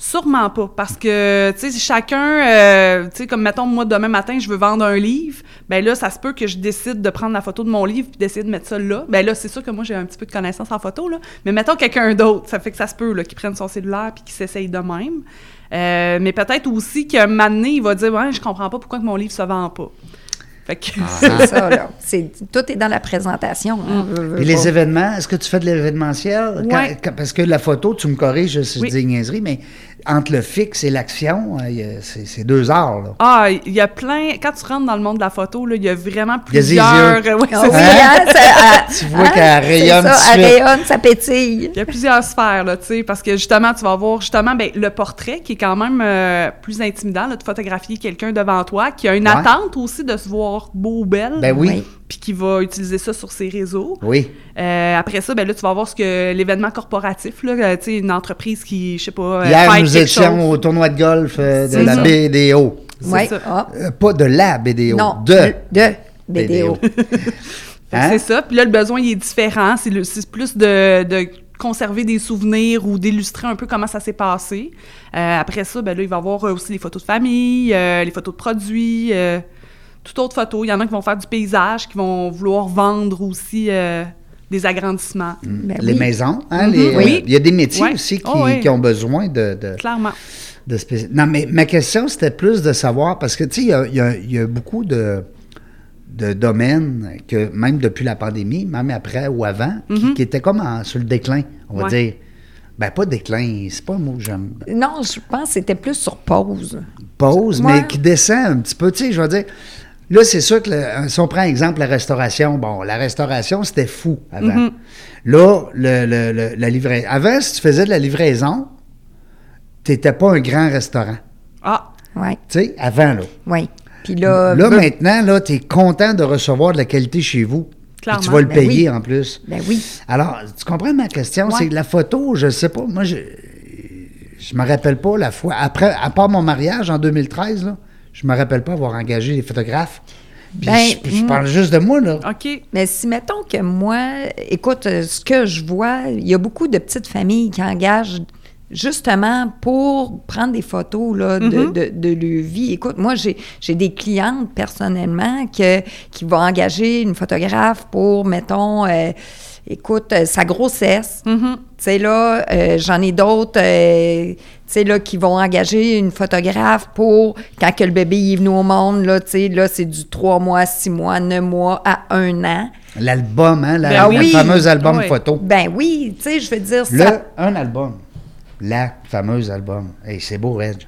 [SPEAKER 4] Sûrement pas, parce que, tu sais, chacun, euh, tu sais, comme, mettons, moi, demain matin, je veux vendre un livre, ben là, ça se peut que je décide de prendre la photo de mon livre puis d'essayer de mettre ça là. Ben là, c'est sûr que moi, j'ai un petit peu de connaissance en photo, là, mais mettons quelqu'un d'autre, ça fait que ça se peut, là, qu'il prenne son cellulaire puis qu'il s'essaye de même. Euh, mais peut-être aussi qu'un moment donné, il va dire « Ouais, je comprends pas pourquoi que mon livre se vend pas. » Fait que...
[SPEAKER 3] Ah, c'est ça, là. C'est, tout est dans la présentation. Hein,
[SPEAKER 2] Mm.
[SPEAKER 3] veux, veux
[SPEAKER 2] Et les
[SPEAKER 3] pas.
[SPEAKER 2] événements, est-ce que tu fais de l'événementiel? Quand-
[SPEAKER 4] Ouais.
[SPEAKER 2] quand- parce que la photo, tu me corriges si
[SPEAKER 4] Oui.
[SPEAKER 2] je dis une niaiserie, mais entre le fixe et l'action, euh, il y a- c'est, c'est deux heures. Là.
[SPEAKER 4] Ah, il y a plein... Quand tu rentres dans le monde de la photo, là, il y a vraiment
[SPEAKER 2] Il y a des
[SPEAKER 4] plusieurs...
[SPEAKER 2] yeux.
[SPEAKER 4] Ouais,
[SPEAKER 3] Ah
[SPEAKER 4] c'est
[SPEAKER 3] oui,
[SPEAKER 4] ça.
[SPEAKER 3] hein, ça, ah,
[SPEAKER 2] Tu vois
[SPEAKER 3] hein,
[SPEAKER 2] qu'elle rayonne
[SPEAKER 3] c'est ça,
[SPEAKER 2] tout de
[SPEAKER 3] elle
[SPEAKER 2] suite.
[SPEAKER 3] rayonne, ça pétille.
[SPEAKER 4] Il y a plusieurs sphères, là, tu sais, parce que justement, tu vas voir justement ben, le portrait qui est quand même euh, plus intimidant, là, de photographier quelqu'un devant toi, qui a une
[SPEAKER 2] Ouais.
[SPEAKER 4] attente aussi de se voir beau ou belle,
[SPEAKER 2] Ben oui.
[SPEAKER 3] Oui.
[SPEAKER 4] puis qui va utiliser ça sur ses réseaux.
[SPEAKER 2] Oui.
[SPEAKER 4] Euh, après ça, ben là, tu vas voir ce que l'événement corporatif, là, euh, tu sais, une entreprise qui, je sais pas, euh,
[SPEAKER 2] Hier,
[SPEAKER 4] fête
[SPEAKER 2] nous
[SPEAKER 4] quelque
[SPEAKER 2] étions
[SPEAKER 4] chose.
[SPEAKER 2] au tournoi de golf euh, de
[SPEAKER 4] C'est
[SPEAKER 2] la
[SPEAKER 4] ça.
[SPEAKER 2] B D O.
[SPEAKER 4] C'est
[SPEAKER 3] Oui.
[SPEAKER 4] ça.
[SPEAKER 3] Ah,
[SPEAKER 2] Euh, pas de la B D O,
[SPEAKER 3] non,
[SPEAKER 2] de
[SPEAKER 3] de B D O.
[SPEAKER 2] B D O.
[SPEAKER 4] Fait que
[SPEAKER 2] Hein?
[SPEAKER 4] c'est ça. Puis là, le besoin, il est différent. C'est, le- c'est plus de, de conserver des souvenirs ou d'illustrer un peu comment ça s'est passé. Euh, après ça, ben là, il va y avoir euh, aussi les photos de famille, euh, les photos de produits, euh, toute autre photo. Il y en a qui vont faire du paysage, qui vont vouloir vendre aussi euh, des agrandissements.
[SPEAKER 3] Ben
[SPEAKER 2] les
[SPEAKER 3] oui.
[SPEAKER 2] maisons, hein,
[SPEAKER 4] Mhm.
[SPEAKER 2] les,
[SPEAKER 3] Oui.
[SPEAKER 2] euh, il y a des métiers
[SPEAKER 4] Ouais.
[SPEAKER 2] aussi qui,
[SPEAKER 4] Oh, oui.
[SPEAKER 2] qui ont besoin de, de,
[SPEAKER 4] Clairement.
[SPEAKER 2] de spéci- Non, mais ma question, c'était plus de savoir, parce que, tu sais, il y a, il y a- il y a beaucoup de, de domaines que, même depuis la pandémie, même après ou avant, qui,
[SPEAKER 4] Mhm.
[SPEAKER 2] qui étaient comme en- sur le déclin, on va
[SPEAKER 4] Ouais.
[SPEAKER 2] dire. Ben, pas déclin, c'est pas un mot que j'aime.
[SPEAKER 3] Non, je pense que c'était plus sur pause.
[SPEAKER 2] Pause,
[SPEAKER 3] Ouais.
[SPEAKER 2] mais qui descend un petit peu. Tu sais, je veux dire, là, c'est sûr que le- si on prend exemple la restauration, bon, la restauration, c'était fou avant.
[SPEAKER 4] Mhm.
[SPEAKER 2] Là, le, le- le- la livraison. Avant, si tu faisais de la livraison, tu n'étais pas un grand restaurant.
[SPEAKER 4] Ah,
[SPEAKER 3] Oui,
[SPEAKER 2] Tu sais, avant, là.
[SPEAKER 3] oui. Puis là,
[SPEAKER 2] là,
[SPEAKER 3] ben,
[SPEAKER 2] maintenant, là, tu es content de recevoir de la qualité chez vous. Puis
[SPEAKER 4] Clairement.
[SPEAKER 2] tu vas le
[SPEAKER 3] Ben
[SPEAKER 2] payer
[SPEAKER 3] oui.
[SPEAKER 2] en plus.
[SPEAKER 3] ben oui.
[SPEAKER 2] Alors, tu comprends ma question?
[SPEAKER 4] Ouais.
[SPEAKER 2] C'est que la photo, je sais pas, moi, je je me rappelle pas la fois, après, à part mon mariage en deux mille treize, là, je me rappelle pas avoir engagé des photographes. Puis
[SPEAKER 3] Ben,
[SPEAKER 2] je, je
[SPEAKER 3] mm.
[SPEAKER 2] parle juste de moi, là.
[SPEAKER 4] OK.
[SPEAKER 3] Mais si, mettons que moi, écoute, euh, ce que je vois, il y a beaucoup de petites familles qui engagent justement pour prendre des photos là, de,
[SPEAKER 4] Mhm.
[SPEAKER 3] de, de leur vie. Écoute, moi, j'ai, j'ai des clientes personnellement que, qui vont engager une photographe pour, mettons, euh, écoute, euh, sa grossesse.
[SPEAKER 4] Mhm.
[SPEAKER 3] Tu sais, là, euh, j'en ai d'autres, euh, tu sais, là, qui vont engager une photographe pour, quand que le bébé est venu au monde, là, tu sais, là, c'est du trois mois, six mois, neuf mois à un an.
[SPEAKER 2] L'album, hein, la,
[SPEAKER 4] Ben
[SPEAKER 2] la
[SPEAKER 3] oui.
[SPEAKER 2] fameuse album
[SPEAKER 4] Ouais.
[SPEAKER 2] photo.
[SPEAKER 3] Ben oui, tu sais, je veux dire,
[SPEAKER 2] Le,
[SPEAKER 3] ça...
[SPEAKER 2] un album. La fameuse album. Hey, c'est beau, Reg.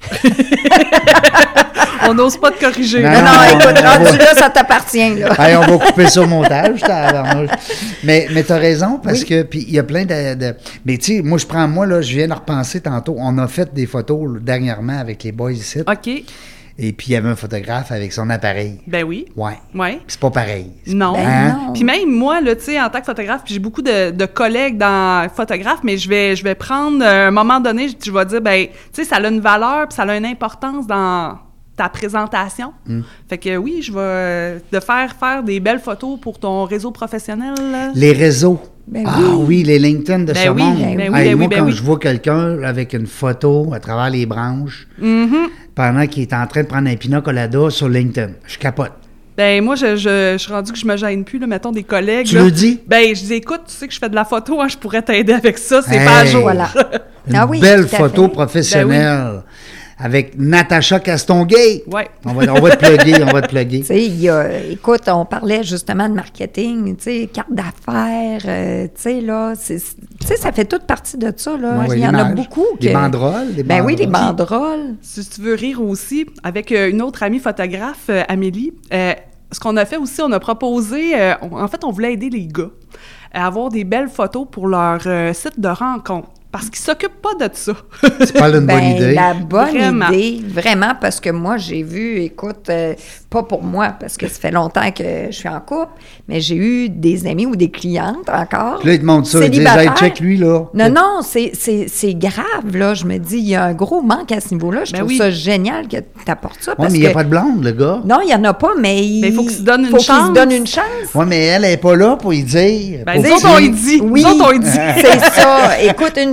[SPEAKER 4] On n'ose pas te corriger.
[SPEAKER 2] Non,
[SPEAKER 3] Non, non,
[SPEAKER 2] non,
[SPEAKER 3] écoute,
[SPEAKER 2] on
[SPEAKER 3] rendu
[SPEAKER 2] va-
[SPEAKER 3] là, ça t'appartient, là.
[SPEAKER 2] Hey, on va couper ça au montage. tabarnouche. mais mais tu as raison, parce
[SPEAKER 3] Oui.
[SPEAKER 2] que, puis il y a plein de. de- mais tu sais, moi, je prends, moi, là, je viens de repenser tantôt. On a fait des photos là, dernièrement avec les boys ici.
[SPEAKER 4] OK.
[SPEAKER 2] Et puis, il y avait un photographe avec son appareil.
[SPEAKER 4] Ben oui.
[SPEAKER 2] Ouais.
[SPEAKER 4] Ouais.
[SPEAKER 2] Puis c'est pas pareil. C'est-
[SPEAKER 4] Non.
[SPEAKER 3] Ben
[SPEAKER 2] Hein?
[SPEAKER 3] non.
[SPEAKER 4] Puis même moi, là, tu sais, en tant que photographe, puis j'ai beaucoup de, de collègues dans photographes, mais je vais, je vais prendre, euh, un moment donné, je, je vais dire, ben, tu sais, ça a une valeur, puis ça a une importance dans ta présentation.
[SPEAKER 2] Mm.
[SPEAKER 4] Fait que oui, je vais euh, de faire faire des belles photos pour ton réseau professionnel. là.
[SPEAKER 2] Les réseaux.
[SPEAKER 3] Ben
[SPEAKER 2] ah
[SPEAKER 3] oui.
[SPEAKER 2] oui, les LinkedIn de
[SPEAKER 4] Ben
[SPEAKER 2] ce
[SPEAKER 4] oui,
[SPEAKER 2] monde.
[SPEAKER 3] ben oui,
[SPEAKER 2] Hey,
[SPEAKER 4] ben oui,
[SPEAKER 2] moi,
[SPEAKER 4] ben
[SPEAKER 2] quand
[SPEAKER 4] oui.
[SPEAKER 2] je vois quelqu'un avec une photo à travers les branches,
[SPEAKER 4] Mhm.
[SPEAKER 2] pendant qu'il est en train de prendre un pina colada sur LinkedIn, je capote.
[SPEAKER 4] Ben moi, je, je, je suis rendue que je me gêne plus, là, mettons, des collègues.
[SPEAKER 2] Tu
[SPEAKER 4] là.
[SPEAKER 2] le dis?
[SPEAKER 4] Ben, je dis, écoute, tu sais que je fais de la photo, hein, je pourrais t'aider avec ça, c'est
[SPEAKER 2] Hey.
[SPEAKER 4] pas à jour.
[SPEAKER 3] Voilà.
[SPEAKER 2] Une
[SPEAKER 3] Ah oui,
[SPEAKER 2] belle
[SPEAKER 3] tout à
[SPEAKER 2] photo
[SPEAKER 3] fait.
[SPEAKER 2] professionnelle avec Natacha Castonguay.
[SPEAKER 4] Ouais.
[SPEAKER 2] On va, on va te plugger, on va te plugger.
[SPEAKER 3] Tu sais, il y a, écoute, on parlait justement de marketing, tu sais, carte d'affaires, euh, tu sais, là, c'est- c'est- tu sais, ça fait toute partie de ça, là.
[SPEAKER 2] Ouais,
[SPEAKER 3] il y en a
[SPEAKER 2] l'image.
[SPEAKER 3] beaucoup.
[SPEAKER 2] Des
[SPEAKER 3] que-
[SPEAKER 2] banderoles, des
[SPEAKER 3] Ben oui, les
[SPEAKER 2] banderoles.
[SPEAKER 3] banderoles.
[SPEAKER 4] Si tu veux rire aussi, avec euh, une autre amie photographe, euh, Amélie, euh, ce qu'on a fait aussi, on a proposé, euh, on- en fait, on voulait aider les gars à avoir des belles photos pour leur euh, site de rencontre. Parce qu'ils s'occupent pas de ça.
[SPEAKER 2] C'est pas une bonne
[SPEAKER 3] Ben,
[SPEAKER 2] idée.
[SPEAKER 3] la bonne
[SPEAKER 4] Vraiment.
[SPEAKER 3] idée, vraiment, parce que moi, j'ai vu, écoute, euh, pas pour moi, parce que ça fait longtemps que je suis en couple, mais j'ai eu des amis ou des clientes encore.
[SPEAKER 2] Puis là, ils te montrent ça, ils disent, hey,
[SPEAKER 3] célibataires.
[SPEAKER 2] check lui, là.
[SPEAKER 3] Non, non, c'est, c'est, c'est grave, là. Je me dis, il y a un gros manque à ce niveau-là. Je
[SPEAKER 4] Ben
[SPEAKER 3] trouve
[SPEAKER 4] oui.
[SPEAKER 3] ça génial que tu apportes ça.
[SPEAKER 2] Ouais,
[SPEAKER 3] parce
[SPEAKER 2] mais il n'y a
[SPEAKER 3] que-
[SPEAKER 2] pas de blonde, le gars.
[SPEAKER 3] Non, il n'y en a pas, mais il
[SPEAKER 4] Mais il faut qu'il se donne une
[SPEAKER 3] faut qu'il
[SPEAKER 4] chance.
[SPEAKER 3] se donne une chance.
[SPEAKER 2] Ouais, mais elle n'est pas là pour y dire.
[SPEAKER 4] Ben,
[SPEAKER 2] pour
[SPEAKER 4] nous autres,
[SPEAKER 2] qui.
[SPEAKER 4] on y dit.
[SPEAKER 3] Oui,
[SPEAKER 4] Nous autres, on y dit.
[SPEAKER 3] c'est ça. Écoute, une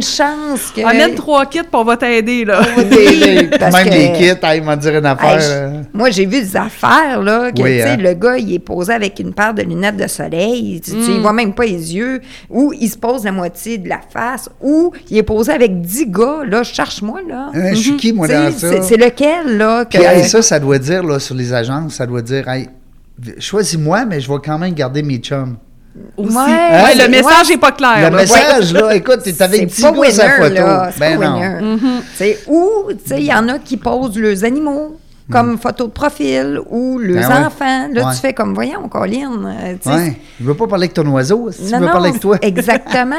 [SPEAKER 3] chance que...
[SPEAKER 4] Amène trois kits, puis on va t'aider, là.
[SPEAKER 3] On va t'aider, parce
[SPEAKER 2] Même
[SPEAKER 3] que-
[SPEAKER 2] les kits, hey, il m'a dit une affaire.
[SPEAKER 3] Hey, je-
[SPEAKER 2] euh,
[SPEAKER 3] moi, j'ai vu des affaires, là, que,
[SPEAKER 2] Oui,
[SPEAKER 3] tu sais,
[SPEAKER 2] hein.
[SPEAKER 3] le gars, il est posé avec une paire de lunettes de soleil, tu, tu y vois même pas les yeux, ou il se pose la moitié de la face, ou il est posé avec dix gars, là, cherche-moi, là.
[SPEAKER 2] hein, je suis qui, moi,
[SPEAKER 3] Tu sais,
[SPEAKER 2] dans ça?
[SPEAKER 3] c'est- c'est lequel, là, que...
[SPEAKER 2] Puis hey, ça, ça doit dire, là, sur les agences, ça doit dire, hey, choisis-moi, mais je vais quand même garder mes chums.
[SPEAKER 4] Aussi.
[SPEAKER 3] Ouais,
[SPEAKER 4] Ouais, le
[SPEAKER 3] ouais.
[SPEAKER 4] message n'est pas clair.
[SPEAKER 2] Le
[SPEAKER 4] là.
[SPEAKER 2] message, là, écoute, t'es avec dix
[SPEAKER 3] c'est pas
[SPEAKER 2] gars sur la
[SPEAKER 3] winner,
[SPEAKER 2] photo.
[SPEAKER 3] là. C'est
[SPEAKER 2] Ben
[SPEAKER 3] pas
[SPEAKER 2] non.
[SPEAKER 3] winner.
[SPEAKER 4] Mm-hmm.
[SPEAKER 3] Tu sais, ou, tu sais, il y en a qui posent leurs animaux comme photo de profil ou leurs
[SPEAKER 2] Ben ouais.
[SPEAKER 3] enfants. Là,
[SPEAKER 2] Ouais.
[SPEAKER 3] tu fais comme, voyons, Colline, euh, tu sais.
[SPEAKER 2] Ouais. Je veux pas parler avec ton oiseau, si tu
[SPEAKER 3] Non,
[SPEAKER 2] veux
[SPEAKER 3] non,
[SPEAKER 2] parler avec toi.
[SPEAKER 3] exactement.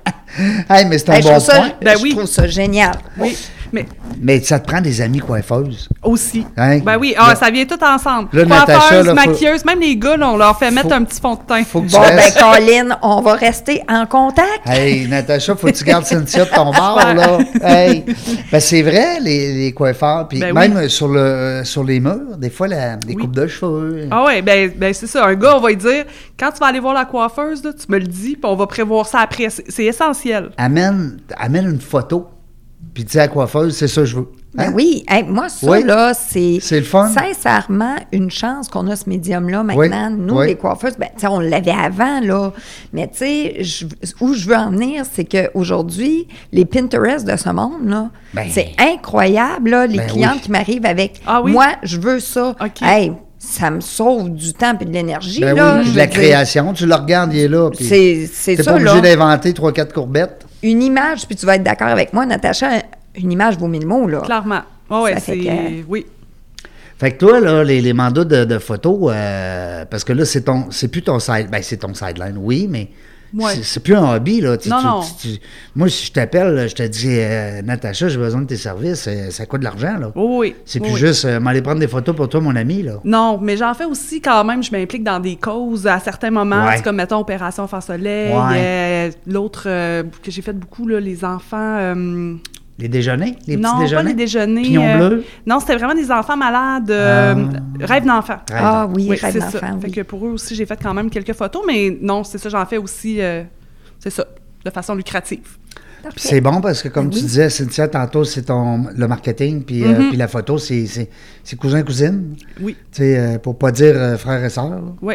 [SPEAKER 2] Hey, mais c'est un
[SPEAKER 3] Hey, je
[SPEAKER 2] bon
[SPEAKER 3] trouve ça-
[SPEAKER 2] point.
[SPEAKER 4] Ben
[SPEAKER 3] je
[SPEAKER 4] oui.
[SPEAKER 3] trouve ça génial.
[SPEAKER 4] Oui, mais
[SPEAKER 2] Mais ça te prend des amis coiffeuses.
[SPEAKER 4] aussi.
[SPEAKER 2] Hein?
[SPEAKER 4] Ben oui, ah,
[SPEAKER 2] Là-
[SPEAKER 4] ça vient tout ensemble.
[SPEAKER 2] Là, Natacha,
[SPEAKER 4] Coiffeuse,
[SPEAKER 2] là, faut-
[SPEAKER 4] maquilleuse, même les gars, là, on leur fait mettre
[SPEAKER 2] Faut-
[SPEAKER 4] un petit fond de teint.
[SPEAKER 2] Faut que tu
[SPEAKER 3] Bon, ben,
[SPEAKER 2] restes-
[SPEAKER 3] Colline, on va rester en contact.
[SPEAKER 2] Hey, Natacha, faut que tu gardes Cynthia de ton bord, là. Hey. Ben, c'est vrai, les, les coiffeurs. Puis
[SPEAKER 4] Ben
[SPEAKER 2] même
[SPEAKER 4] oui.
[SPEAKER 2] sur, le, sur les murs, des fois, la, les
[SPEAKER 4] Oui.
[SPEAKER 2] coupes de cheveux.
[SPEAKER 4] Ah ouais, ben, ben c'est ça. Un gars, on va lui dire, quand tu vas aller voir la coiffeuse, là, tu me le dis, puis on va prévoir ça après. C'est c'est essentiel.
[SPEAKER 2] Amène, amène une photo, puis dis à la coiffeuse, c'est ça que je veux.
[SPEAKER 3] Ben
[SPEAKER 2] Hein?
[SPEAKER 3] oui, Hey, moi, ça,
[SPEAKER 2] Oui.
[SPEAKER 3] là, c'est
[SPEAKER 2] C'est le fun.
[SPEAKER 3] sincèrement une chance qu'on a ce médium-là
[SPEAKER 2] Oui.
[SPEAKER 3] maintenant. Nous,
[SPEAKER 2] Oui.
[SPEAKER 3] les coiffeuses, ben, tu sais, on l'avait avant, là. Mais tu sais, je- où je veux en venir, c'est qu'aujourd'hui, les Pinterest de ce monde, là,
[SPEAKER 2] Ben.
[SPEAKER 3] c'est incroyable, là, les
[SPEAKER 2] Ben
[SPEAKER 3] clientes
[SPEAKER 2] oui.
[SPEAKER 3] qui m'arrivent avec
[SPEAKER 4] Ah oui?
[SPEAKER 3] moi, je veux ça.
[SPEAKER 4] OK.
[SPEAKER 3] Hey, ça me sauve du temps et de l'énergie,
[SPEAKER 2] Ben
[SPEAKER 3] là.
[SPEAKER 2] oui,
[SPEAKER 3] je
[SPEAKER 2] puis de la
[SPEAKER 3] veux dire.
[SPEAKER 2] création, tu le regardes, il est là. puis
[SPEAKER 3] C'est c'est
[SPEAKER 2] T'es
[SPEAKER 3] ça,
[SPEAKER 2] pas obligé
[SPEAKER 3] là.
[SPEAKER 2] d'inventer trois, quatre courbettes.
[SPEAKER 3] Une image, puis tu vas être d'accord avec moi, Natacha, une image vaut mille mots, là.
[SPEAKER 4] Clairement. Ah ouais,
[SPEAKER 3] Ça fait
[SPEAKER 4] c'est.
[SPEAKER 3] que-
[SPEAKER 4] Oui.
[SPEAKER 2] Fait que toi, là, les, les mandats de, de photos, euh, parce que là, c'est ton, c'est plus ton side, ben c'est ton sideline, oui, mais
[SPEAKER 4] Ouais.
[SPEAKER 2] c'est, c'est plus un hobby, là. Tu-
[SPEAKER 4] Non,
[SPEAKER 2] tu-
[SPEAKER 4] non.
[SPEAKER 2] tu- tu- moi, si je t'appelle, je te dis, euh, Natacha, j'ai besoin de tes services, euh, ça coûte de l'argent, là.
[SPEAKER 4] Oui, oui.
[SPEAKER 2] C'est
[SPEAKER 4] oui,
[SPEAKER 2] plus
[SPEAKER 4] oui.
[SPEAKER 2] juste, euh, m'aller prendre des photos pour toi, mon ami, là.
[SPEAKER 4] Non, mais j'en fais aussi quand même. Je m'implique dans des causes à certains moments.
[SPEAKER 2] Ouais.
[SPEAKER 4] C'est comme, mettons, Opération Face Soleil.
[SPEAKER 2] Ouais.
[SPEAKER 4] euh, L'autre euh, que j'ai fait beaucoup, là, les enfants. euh,
[SPEAKER 2] Les déjeuners, les
[SPEAKER 4] non,
[SPEAKER 2] petits déjeuners.
[SPEAKER 4] pas les déjeuners.
[SPEAKER 2] Pignon
[SPEAKER 4] euh,
[SPEAKER 2] bleu.
[SPEAKER 4] Non, c'était vraiment des enfants malades. euh, Rêve d'enfant.
[SPEAKER 2] Rêve
[SPEAKER 3] Ah oui,
[SPEAKER 4] Oui,
[SPEAKER 3] rêve
[SPEAKER 4] c'est
[SPEAKER 3] d'enfant,
[SPEAKER 4] ça.
[SPEAKER 3] oui.
[SPEAKER 4] Fait que pour eux aussi, j'ai fait quand même quelques photos, mais non, c'est ça, j'en fais aussi, euh, c'est ça, de façon lucrative.
[SPEAKER 3] Parfait.
[SPEAKER 2] Puis c'est bon parce que, comme
[SPEAKER 3] Ben
[SPEAKER 2] tu
[SPEAKER 3] oui.
[SPEAKER 2] disais, Cynthia, tantôt, c'est ton le marketing, puis, euh,
[SPEAKER 4] Mhm.
[SPEAKER 2] puis la photo, c'est, c'est, c'est cousin-cousine.
[SPEAKER 4] Oui,
[SPEAKER 2] Tu sais, euh, pour pas dire euh, frère et sœur. là.
[SPEAKER 4] oui.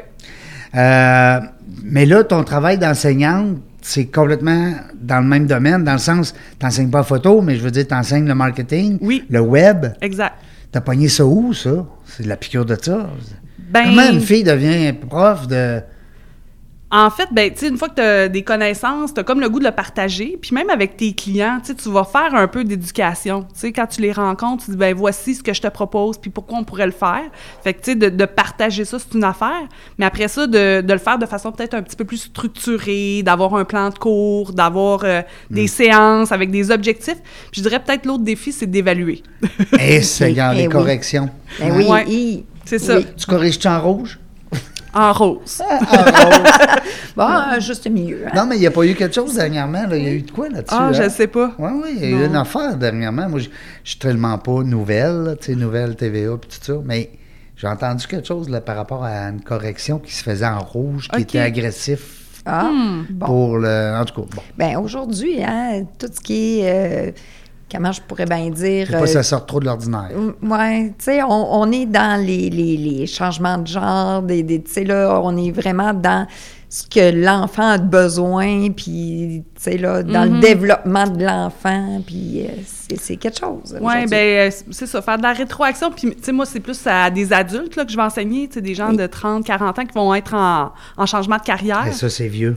[SPEAKER 2] Euh, mais là, ton travail d'enseignante, c'est complètement dans le même domaine, dans le sens, tu n'enseignes pas la photo, mais je veux dire, tu enseignes le marketing,
[SPEAKER 4] Oui.
[SPEAKER 2] le web.
[SPEAKER 4] Exact.
[SPEAKER 2] Tu as pogné ça où, ça? C'est de la piqûre de ça.
[SPEAKER 4] Ben,
[SPEAKER 2] Comment une fille devient prof de...
[SPEAKER 4] En fait, ben, tu sais, une fois que tu as des connaissances, tu as comme le goût de le partager. Puis même avec tes clients, tu sais, tu vas faire un peu d'éducation. Tu sais, quand tu les rencontres, tu dis, ben voici ce que je te propose, puis pourquoi on pourrait le faire. Fait que, tu sais, de, de partager ça, c'est une affaire. Mais après ça, de, de le faire de façon peut-être un petit peu plus structurée, d'avoir un plan de cours, d'avoir euh, des séances avec des objectifs. Puis je dirais peut-être l'autre défi, c'est d'évaluer.
[SPEAKER 2] Eh, Seigneur,
[SPEAKER 3] Eh
[SPEAKER 2] les
[SPEAKER 3] oui.
[SPEAKER 2] corrections.
[SPEAKER 3] Ben oui,
[SPEAKER 4] Ouais.
[SPEAKER 3] hi.
[SPEAKER 4] C'est ça.
[SPEAKER 3] Oui.
[SPEAKER 2] Tu corriges-tu en rouge?
[SPEAKER 4] En rose.
[SPEAKER 3] Bon, un juste milieu. hein.
[SPEAKER 2] Non, mais il n'y a pas eu quelque chose dernièrement. Là. Il y a eu de quoi là-dessus?
[SPEAKER 4] Ah,
[SPEAKER 2] hein?
[SPEAKER 4] je sais pas.
[SPEAKER 2] Oui, oui, il y a eu
[SPEAKER 4] Non.
[SPEAKER 2] une affaire dernièrement. Moi, je je suis tellement pas nouvelle, là, tu sais, nouvelle T V A puis tout ça, mais j'ai entendu quelque chose là, par rapport à une correction qui se faisait en rouge, qui
[SPEAKER 4] Ok.
[SPEAKER 2] était agressif
[SPEAKER 3] Ah,
[SPEAKER 4] Hmm.
[SPEAKER 3] bon.
[SPEAKER 2] pour le... En tout cas, bon.
[SPEAKER 3] Ben aujourd'hui, hein, tout ce qui est, euh, comment je pourrais bien dire...
[SPEAKER 2] Faut pas que
[SPEAKER 3] euh,
[SPEAKER 2] ça sorte trop de l'ordinaire.
[SPEAKER 3] Oui, tu sais, on, on est dans les, les, les changements de genre, des, des, tu sais, là, on est vraiment dans ce que l'enfant a de besoin, puis, tu sais, là, dans le
[SPEAKER 4] Mhm.
[SPEAKER 3] développement de l'enfant, puis euh, c'est, c'est quelque chose.
[SPEAKER 4] Oui,
[SPEAKER 3] aujourd'hui.
[SPEAKER 4] bien, c'est ça, faire de la rétroaction. Puis, tu sais, moi, c'est plus à des adultes là, que je vais enseigner, tu sais, des gens
[SPEAKER 3] Oui.
[SPEAKER 4] de trente, quarante ans qui vont être en, en changement de carrière.
[SPEAKER 2] Mais ça, c'est vieux.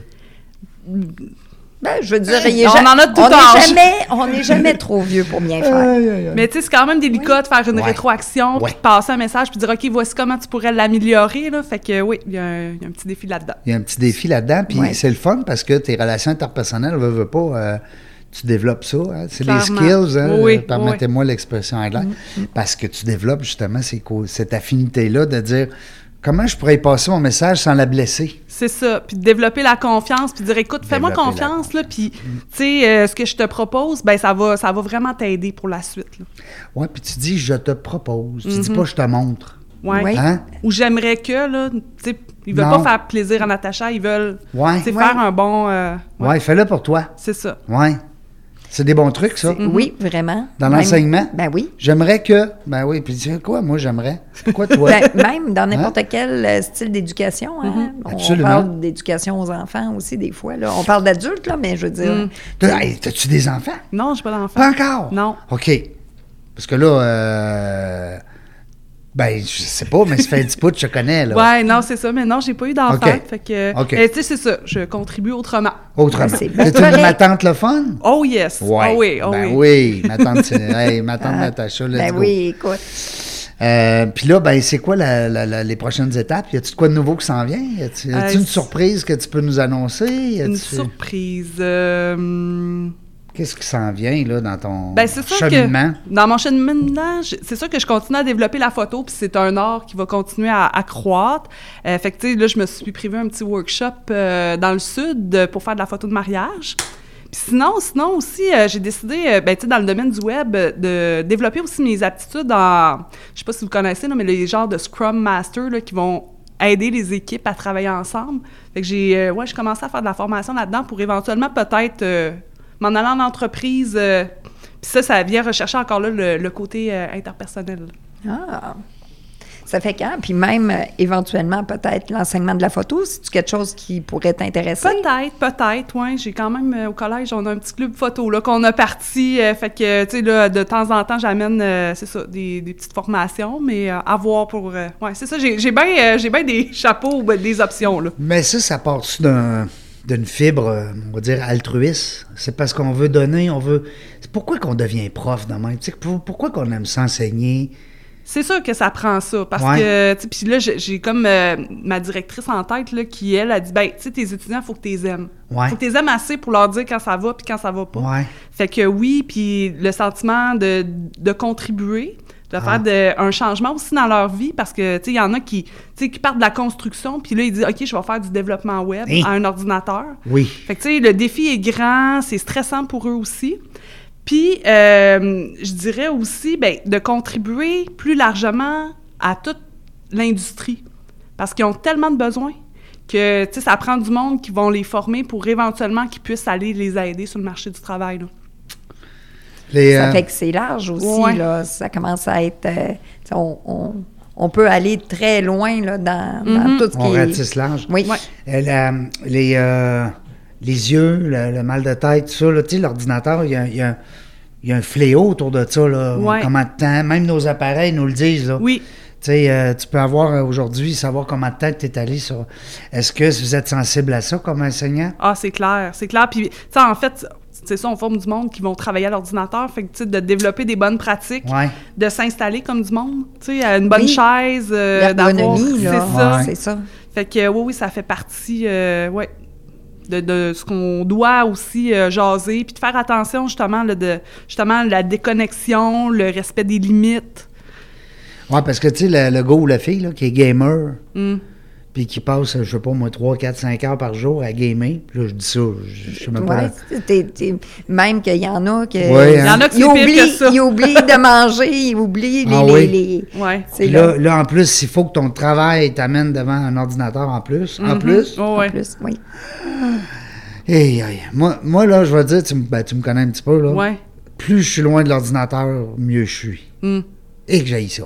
[SPEAKER 3] Ben, je veux dire, il est
[SPEAKER 4] On
[SPEAKER 3] ja-
[SPEAKER 4] en a de tout
[SPEAKER 3] on
[SPEAKER 4] âge.
[SPEAKER 3] est jamais, on n'est jamais trop vieux pour bien faire.
[SPEAKER 4] Mais tu sais, c'est quand même délicat de faire une
[SPEAKER 2] Ouais.
[SPEAKER 4] rétroaction,
[SPEAKER 2] Ouais.
[SPEAKER 4] puis de passer un message, puis de dire, OK, voici comment tu pourrais l'améliorer. Là. Fait que oui, il y, a un il y a un petit défi là-dedans.
[SPEAKER 2] Il y a un petit défi là-dedans, puis
[SPEAKER 3] Ouais.
[SPEAKER 2] c'est le fun parce que tes relations interpersonnelles, veux, veux pas, euh, tu développes ça. Hein? C'est
[SPEAKER 4] Clairement.
[SPEAKER 2] les skills, hein,
[SPEAKER 4] Oui,
[SPEAKER 2] euh, permettez-moi l'expression anglaise, parce que tu développes justement ces co- cette affinité-là de dire comment je pourrais y passer mon message sans la blesser.
[SPEAKER 4] C'est ça. Puis de développer la confiance, puis de dire, écoute, fais-moi
[SPEAKER 2] Développer la
[SPEAKER 4] confiance, là, puis, tu sais, euh, ce que je te propose, ben ça va, ça va vraiment t'aider pour la suite. Là.
[SPEAKER 2] Ouais, puis tu dis je te propose, tu dis
[SPEAKER 4] Mhm.
[SPEAKER 2] pas je te montre.
[SPEAKER 4] Ouais.
[SPEAKER 3] Oui.
[SPEAKER 2] Hein?
[SPEAKER 4] Ou j'aimerais que, là, tu sais, ils veulent
[SPEAKER 2] Non.
[SPEAKER 4] pas faire plaisir à Natacha, ils veulent,
[SPEAKER 2] Ouais.
[SPEAKER 4] tu sais,
[SPEAKER 3] Ouais.
[SPEAKER 4] faire un bon... euh,
[SPEAKER 2] Ouais, fais-le pour toi.
[SPEAKER 4] C'est ça.
[SPEAKER 2] Ouais. C'est des bons trucs, ça?
[SPEAKER 3] C'est- Oui, vraiment.
[SPEAKER 2] Dans
[SPEAKER 3] Même-
[SPEAKER 2] l'enseignement?
[SPEAKER 3] Ben oui.
[SPEAKER 2] J'aimerais que... Ben oui, puis tu sais quoi, moi, j'aimerais? Quoi, toi?
[SPEAKER 3] Ben, même dans n'importe quel euh, style d'éducation. Hein? On
[SPEAKER 2] Absolument.
[SPEAKER 3] parle d'éducation aux enfants aussi, des fois. Là. On parle d'adultes, là, mais je veux dire...
[SPEAKER 4] Mm.
[SPEAKER 2] T'as- hey, T'as-tu des enfants?
[SPEAKER 4] Non, j'ai pas d'enfant.
[SPEAKER 2] Pas encore?
[SPEAKER 4] Non.
[SPEAKER 2] OK. Parce que là, euh, ben, je sais pas, mais ça fait un petit bout que je te connais, là.
[SPEAKER 4] Ouais, non, c'est ça. Mais non, j'ai pas eu d'enfant.
[SPEAKER 2] OK.
[SPEAKER 4] Fait que,
[SPEAKER 2] OK.
[SPEAKER 4] euh, tu sais, c'est ça. Je contribue autrement.
[SPEAKER 2] Autrement.
[SPEAKER 3] Ben, c'est bien
[SPEAKER 2] T'es une
[SPEAKER 3] correct.
[SPEAKER 2] ma tante le fun?
[SPEAKER 4] Oh yes.
[SPEAKER 2] Ouais.
[SPEAKER 4] Oh oui, oh
[SPEAKER 2] ben
[SPEAKER 4] oui.
[SPEAKER 2] oui. Ma tante, c'est- hey, ma tante
[SPEAKER 3] Ah,
[SPEAKER 2] Natacha, let's
[SPEAKER 3] Ben
[SPEAKER 2] go.
[SPEAKER 3] oui, écoute.
[SPEAKER 2] Euh, Puis là, ben, c'est quoi la- la- la- les prochaines étapes? Y a-tu de quoi de nouveau qui s'en vient? Y a-tu y a-tu
[SPEAKER 4] Euh,
[SPEAKER 2] une
[SPEAKER 4] c'est-
[SPEAKER 2] surprise que tu peux nous annoncer? Y a-tu-
[SPEAKER 4] Une surprise. euh,
[SPEAKER 2] Qu'est-ce qui s'en vient, là, dans ton
[SPEAKER 4] Ben, c'est sûr
[SPEAKER 2] cheminement?
[SPEAKER 4] que dans mon cheminement, je- c'est sûr que je continue à développer la photo, puis c'est un art qui va continuer à, à croître. Euh, fait que, tu sais, là, je me suis privé un petit workshop euh, dans le sud euh, pour faire de la photo de mariage. Puis sinon, sinon aussi, euh, j'ai décidé, euh, ben, tu sais, dans le domaine du web, euh, de développer aussi mes aptitudes en, je sais pas si vous connaissez, là, mais les genres de Scrum Master là, qui vont aider les équipes à travailler ensemble. Fait que j'ai, euh, ouais, j'ai commencé à faire de la formation là-dedans pour éventuellement peut-être euh, m'en aller en entreprise. euh, Puis ça, ça vient rechercher encore là le, le côté euh, interpersonnel.
[SPEAKER 3] Ah! Ça fait quand? Puis même, euh, éventuellement, peut-être l'enseignement de la photo, c'est-tu quelque chose qui pourrait t'intéresser?
[SPEAKER 4] Peut-être, peut-être, oui. J'ai quand même, euh, au collège, on a un petit club photo là, qu'on a parti. euh, fait que, tu sais, là, de temps en temps, j'amène, euh, c'est ça, des, des petites formations, mais euh, à voir pour... euh, ouais, c'est ça, j'ai, j'ai bien euh, j'ai ben des chapeaux, ben, des options, là.
[SPEAKER 2] Mais ça, ça part-tu d'un, d'une fibre, euh, on va dire, altruiste? C'est parce qu'on veut donner, on veut... C'est pourquoi qu'on devient prof de même? Tu sais, pour- pourquoi qu'on aime s'enseigner?
[SPEAKER 4] C'est sûr que ça prend ça, parce
[SPEAKER 2] Ouais.
[SPEAKER 4] que, tu sais, puis là, j'ai, j'ai comme euh, ma directrice en tête, là, qui, elle, a dit, ben, tu sais, tes étudiants, il faut que tu les aimes.
[SPEAKER 2] Ouais.
[SPEAKER 4] Faut que tu les aimes assez pour leur dire quand ça va puis quand ça va pas.
[SPEAKER 2] Ouais.
[SPEAKER 4] Fait que oui, puis le sentiment de, de contribuer, de
[SPEAKER 2] Ah.
[SPEAKER 4] faire de- un changement aussi dans leur vie, parce que, tu sais, il y en a qui, tu sais, qui partent de la construction, puis là, ils disent, OK, je vais faire du développement web
[SPEAKER 2] Hein?
[SPEAKER 4] à un ordinateur.
[SPEAKER 2] Oui.
[SPEAKER 4] Fait que, tu sais, le défi est grand, c'est stressant pour eux aussi. Puis, euh, je dirais aussi, ben, de contribuer plus largement à toute l'industrie, parce qu'ils ont tellement de besoins que, tu sais, ça prend du monde qui vont les former pour éventuellement qu'ils puissent aller les aider sur le marché du travail, là.
[SPEAKER 2] Les,
[SPEAKER 3] Ça
[SPEAKER 2] euh,
[SPEAKER 3] fait que c'est large aussi,
[SPEAKER 4] Ouais.
[SPEAKER 3] là. Ça commence à être... euh, tu sais, on, on, on peut aller très loin, là, dans, dans
[SPEAKER 4] Mhm.
[SPEAKER 3] tout ce
[SPEAKER 2] on
[SPEAKER 3] qui est...
[SPEAKER 2] ratisse large.
[SPEAKER 3] Oui.
[SPEAKER 4] Ouais.
[SPEAKER 2] Euh, la- les, euh, les yeux, le, le mal de tête, tout ça, là, tu sais, l'ordinateur, il y a, il y a- il y a un fléau autour de ça, là.
[SPEAKER 4] Ouais.
[SPEAKER 2] Comment de temps, même nos appareils nous le disent, là.
[SPEAKER 4] Oui.
[SPEAKER 2] Tu sais, euh, tu peux avoir euh, aujourd'hui, savoir comment de temps tu es allé sur... Est-ce que vous êtes sensible à ça comme enseignant?
[SPEAKER 4] Ah, c'est clair, c'est clair. Puis, tu sais, en fait, c'est ça, on forme du monde qui vont travailler à l'ordinateur. Fait que, tu sais, de développer des bonnes pratiques,
[SPEAKER 2] Ouais.
[SPEAKER 4] de s'installer comme du monde, tu sais, à une bonne
[SPEAKER 3] Oui.
[SPEAKER 4] chaise, euh, d'avoir...
[SPEAKER 3] L'ergonomie,
[SPEAKER 4] C'est
[SPEAKER 3] là.
[SPEAKER 4] ça.
[SPEAKER 2] Ouais.
[SPEAKER 3] C'est ça.
[SPEAKER 4] Fait que, oui, oui, ça fait partie, euh, ouais, de, de ce qu'on doit aussi euh, jaser. Puis de faire attention, justement, là, de justement la déconnexion, le respect des limites.
[SPEAKER 2] Ouais, parce que, tu sais, le, le gars ou la fille, là, qui est gamer,
[SPEAKER 4] Mm.
[SPEAKER 2] puis qui passe, je sais pas, moi, trois, quatre, cinq heures par jour à gamer, puis là, je dis ça, je je sais même pas...
[SPEAKER 3] Ouais, t'es- t'es- même qu'il y en a que...
[SPEAKER 2] Ouais, hein.
[SPEAKER 4] Il y en a qui
[SPEAKER 3] ils
[SPEAKER 4] c'est pire
[SPEAKER 3] oublient,
[SPEAKER 4] que ça.
[SPEAKER 3] ils oublient de manger, ils oublient les...
[SPEAKER 2] Ah
[SPEAKER 3] les,
[SPEAKER 2] oui.
[SPEAKER 3] les-
[SPEAKER 4] Ouais.
[SPEAKER 3] c'est
[SPEAKER 2] Puis
[SPEAKER 3] là.
[SPEAKER 2] là, là, en plus, il faut que ton travail t'amène devant un ordinateur en plus. En
[SPEAKER 4] Mhm.
[SPEAKER 2] plus.
[SPEAKER 4] Oh,
[SPEAKER 3] En
[SPEAKER 4] ouais.
[SPEAKER 3] plus, oui.
[SPEAKER 2] Hey, hey. Moi, moi, là, je vais te dire, tu, me- ben, tu me connais un petit peu, là.
[SPEAKER 4] Ouais.
[SPEAKER 2] Plus je suis loin de l'ordinateur, mieux je suis.
[SPEAKER 4] Mm.
[SPEAKER 2] Et que j'haïs ça.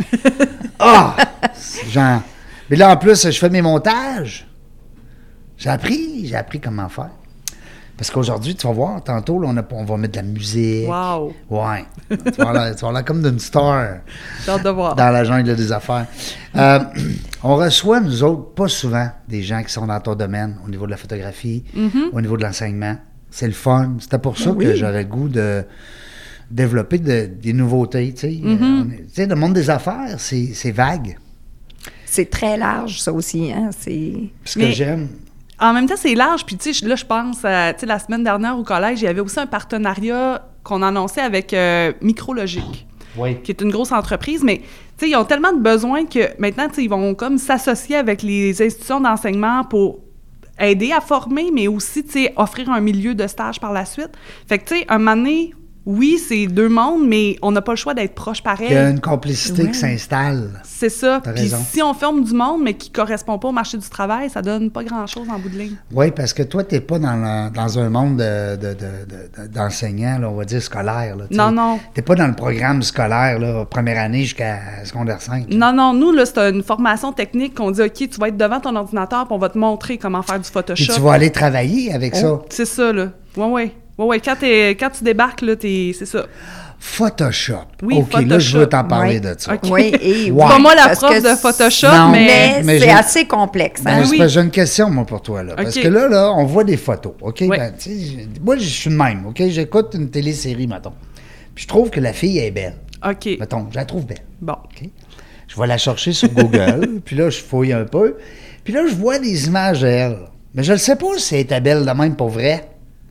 [SPEAKER 2] Ah! Genre. Mais là, en plus, je fais mes montages. J'ai appris, j'ai appris comment faire. Parce qu'aujourd'hui, tu vas voir, tantôt, là, on, a, on va mettre de la musique.
[SPEAKER 4] Wow.
[SPEAKER 2] Ouais. tu vas avoir l'air- tu vas avoir l'air comme d'une star
[SPEAKER 4] J'ai hâte de voir.
[SPEAKER 2] dans la jungle des affaires. Euh, on reçoit, nous autres, pas souvent, des gens qui sont dans ton domaine, au niveau de la photographie, au niveau de l'enseignement. C'est le fun. C'était pour ça
[SPEAKER 3] Ben oui.
[SPEAKER 2] que j'aurais le goût de développer de- des nouveautés. Tu sais,
[SPEAKER 4] Mm-hmm.
[SPEAKER 2] Euh, on est- tu sais, le monde des affaires, c'est c'est vague.
[SPEAKER 3] C'est très large, ça aussi, hein. C'est...
[SPEAKER 2] Ce que
[SPEAKER 4] Mais-
[SPEAKER 2] j'aime.
[SPEAKER 4] En même temps, c'est large. Puis, tu sais, là, je pense, à, tu sais, la semaine dernière au collège, il y avait aussi un partenariat qu'on annonçait avec euh, Micrologique,
[SPEAKER 2] Oui.
[SPEAKER 4] qui est une grosse entreprise. Mais, tu sais, ils ont tellement de besoins que maintenant, tu sais, ils vont comme s'associer avec les institutions d'enseignement pour aider à former, mais aussi, tu sais, offrir un milieu de stage par la suite. Fait que, tu sais, un moment donné, Oui, c'est deux mondes, mais on n'a pas le choix d'être proches pareil.
[SPEAKER 2] Il y a une complicité
[SPEAKER 3] Ouais.
[SPEAKER 2] qui s'installe.
[SPEAKER 4] C'est ça.
[SPEAKER 2] T'as
[SPEAKER 4] Puis
[SPEAKER 2] raison.
[SPEAKER 4] si on ferme du monde, mais qui ne correspond pas au marché du travail, ça donne pas grand-chose en bout de ligne.
[SPEAKER 2] Oui, parce que toi, tu n'es pas dans, la- dans un monde de, de, de, de- d'enseignants, là, on va dire scolaire. Là, tu
[SPEAKER 4] Non,
[SPEAKER 2] sais.
[SPEAKER 4] non.
[SPEAKER 2] Tu n'es pas dans le programme scolaire, là, première année jusqu'à secondaire cinq. là.
[SPEAKER 4] Non, non, nous, là, c'est une formation technique qu'on dit, OK, tu vas être devant ton ordinateur, puis on va te montrer comment faire du
[SPEAKER 2] Puis
[SPEAKER 4] Photoshop.
[SPEAKER 2] tu vas aller travailler avec ça.
[SPEAKER 4] C'est ça, là. Oui, oui. Oui, oui. Quand, t'es- quand tu débarques, là, t'es... c'est ça.
[SPEAKER 2] Photoshop.
[SPEAKER 4] Oui,
[SPEAKER 2] OK, là, je
[SPEAKER 4] Photoshop.
[SPEAKER 2] veux t'en parler
[SPEAKER 3] Ouais.
[SPEAKER 2] de ça.
[SPEAKER 4] OK.
[SPEAKER 3] Oui, et
[SPEAKER 2] Wow.
[SPEAKER 3] oui,
[SPEAKER 4] Pas moi la
[SPEAKER 3] parce
[SPEAKER 4] prof
[SPEAKER 3] que
[SPEAKER 4] de Photoshop,
[SPEAKER 2] Non,
[SPEAKER 4] mais...
[SPEAKER 3] Mais,
[SPEAKER 2] mais
[SPEAKER 3] c'est
[SPEAKER 2] j'ai-
[SPEAKER 3] assez complexe.
[SPEAKER 2] Ben,
[SPEAKER 3] Hein?
[SPEAKER 2] c'est
[SPEAKER 4] oui.
[SPEAKER 2] parce que j'ai une question, moi, pour toi. Là. Parce
[SPEAKER 4] OK.
[SPEAKER 2] que là, là, on voit des photos. OK?
[SPEAKER 4] Oui.
[SPEAKER 2] Ben, tu sais, j'ai- moi, je suis de même. OK? J'écoute une télésérie, mettons. Puis je trouve que la fille est belle.
[SPEAKER 4] OK.
[SPEAKER 2] Mettons, je la trouve belle.
[SPEAKER 4] Bon.
[SPEAKER 2] OK? Je vais la chercher sur Google. Puis là, je fouille un peu. Puis là, je vois des images d'elle. Mais je ne sais pas si elle était belle de même pour vrai.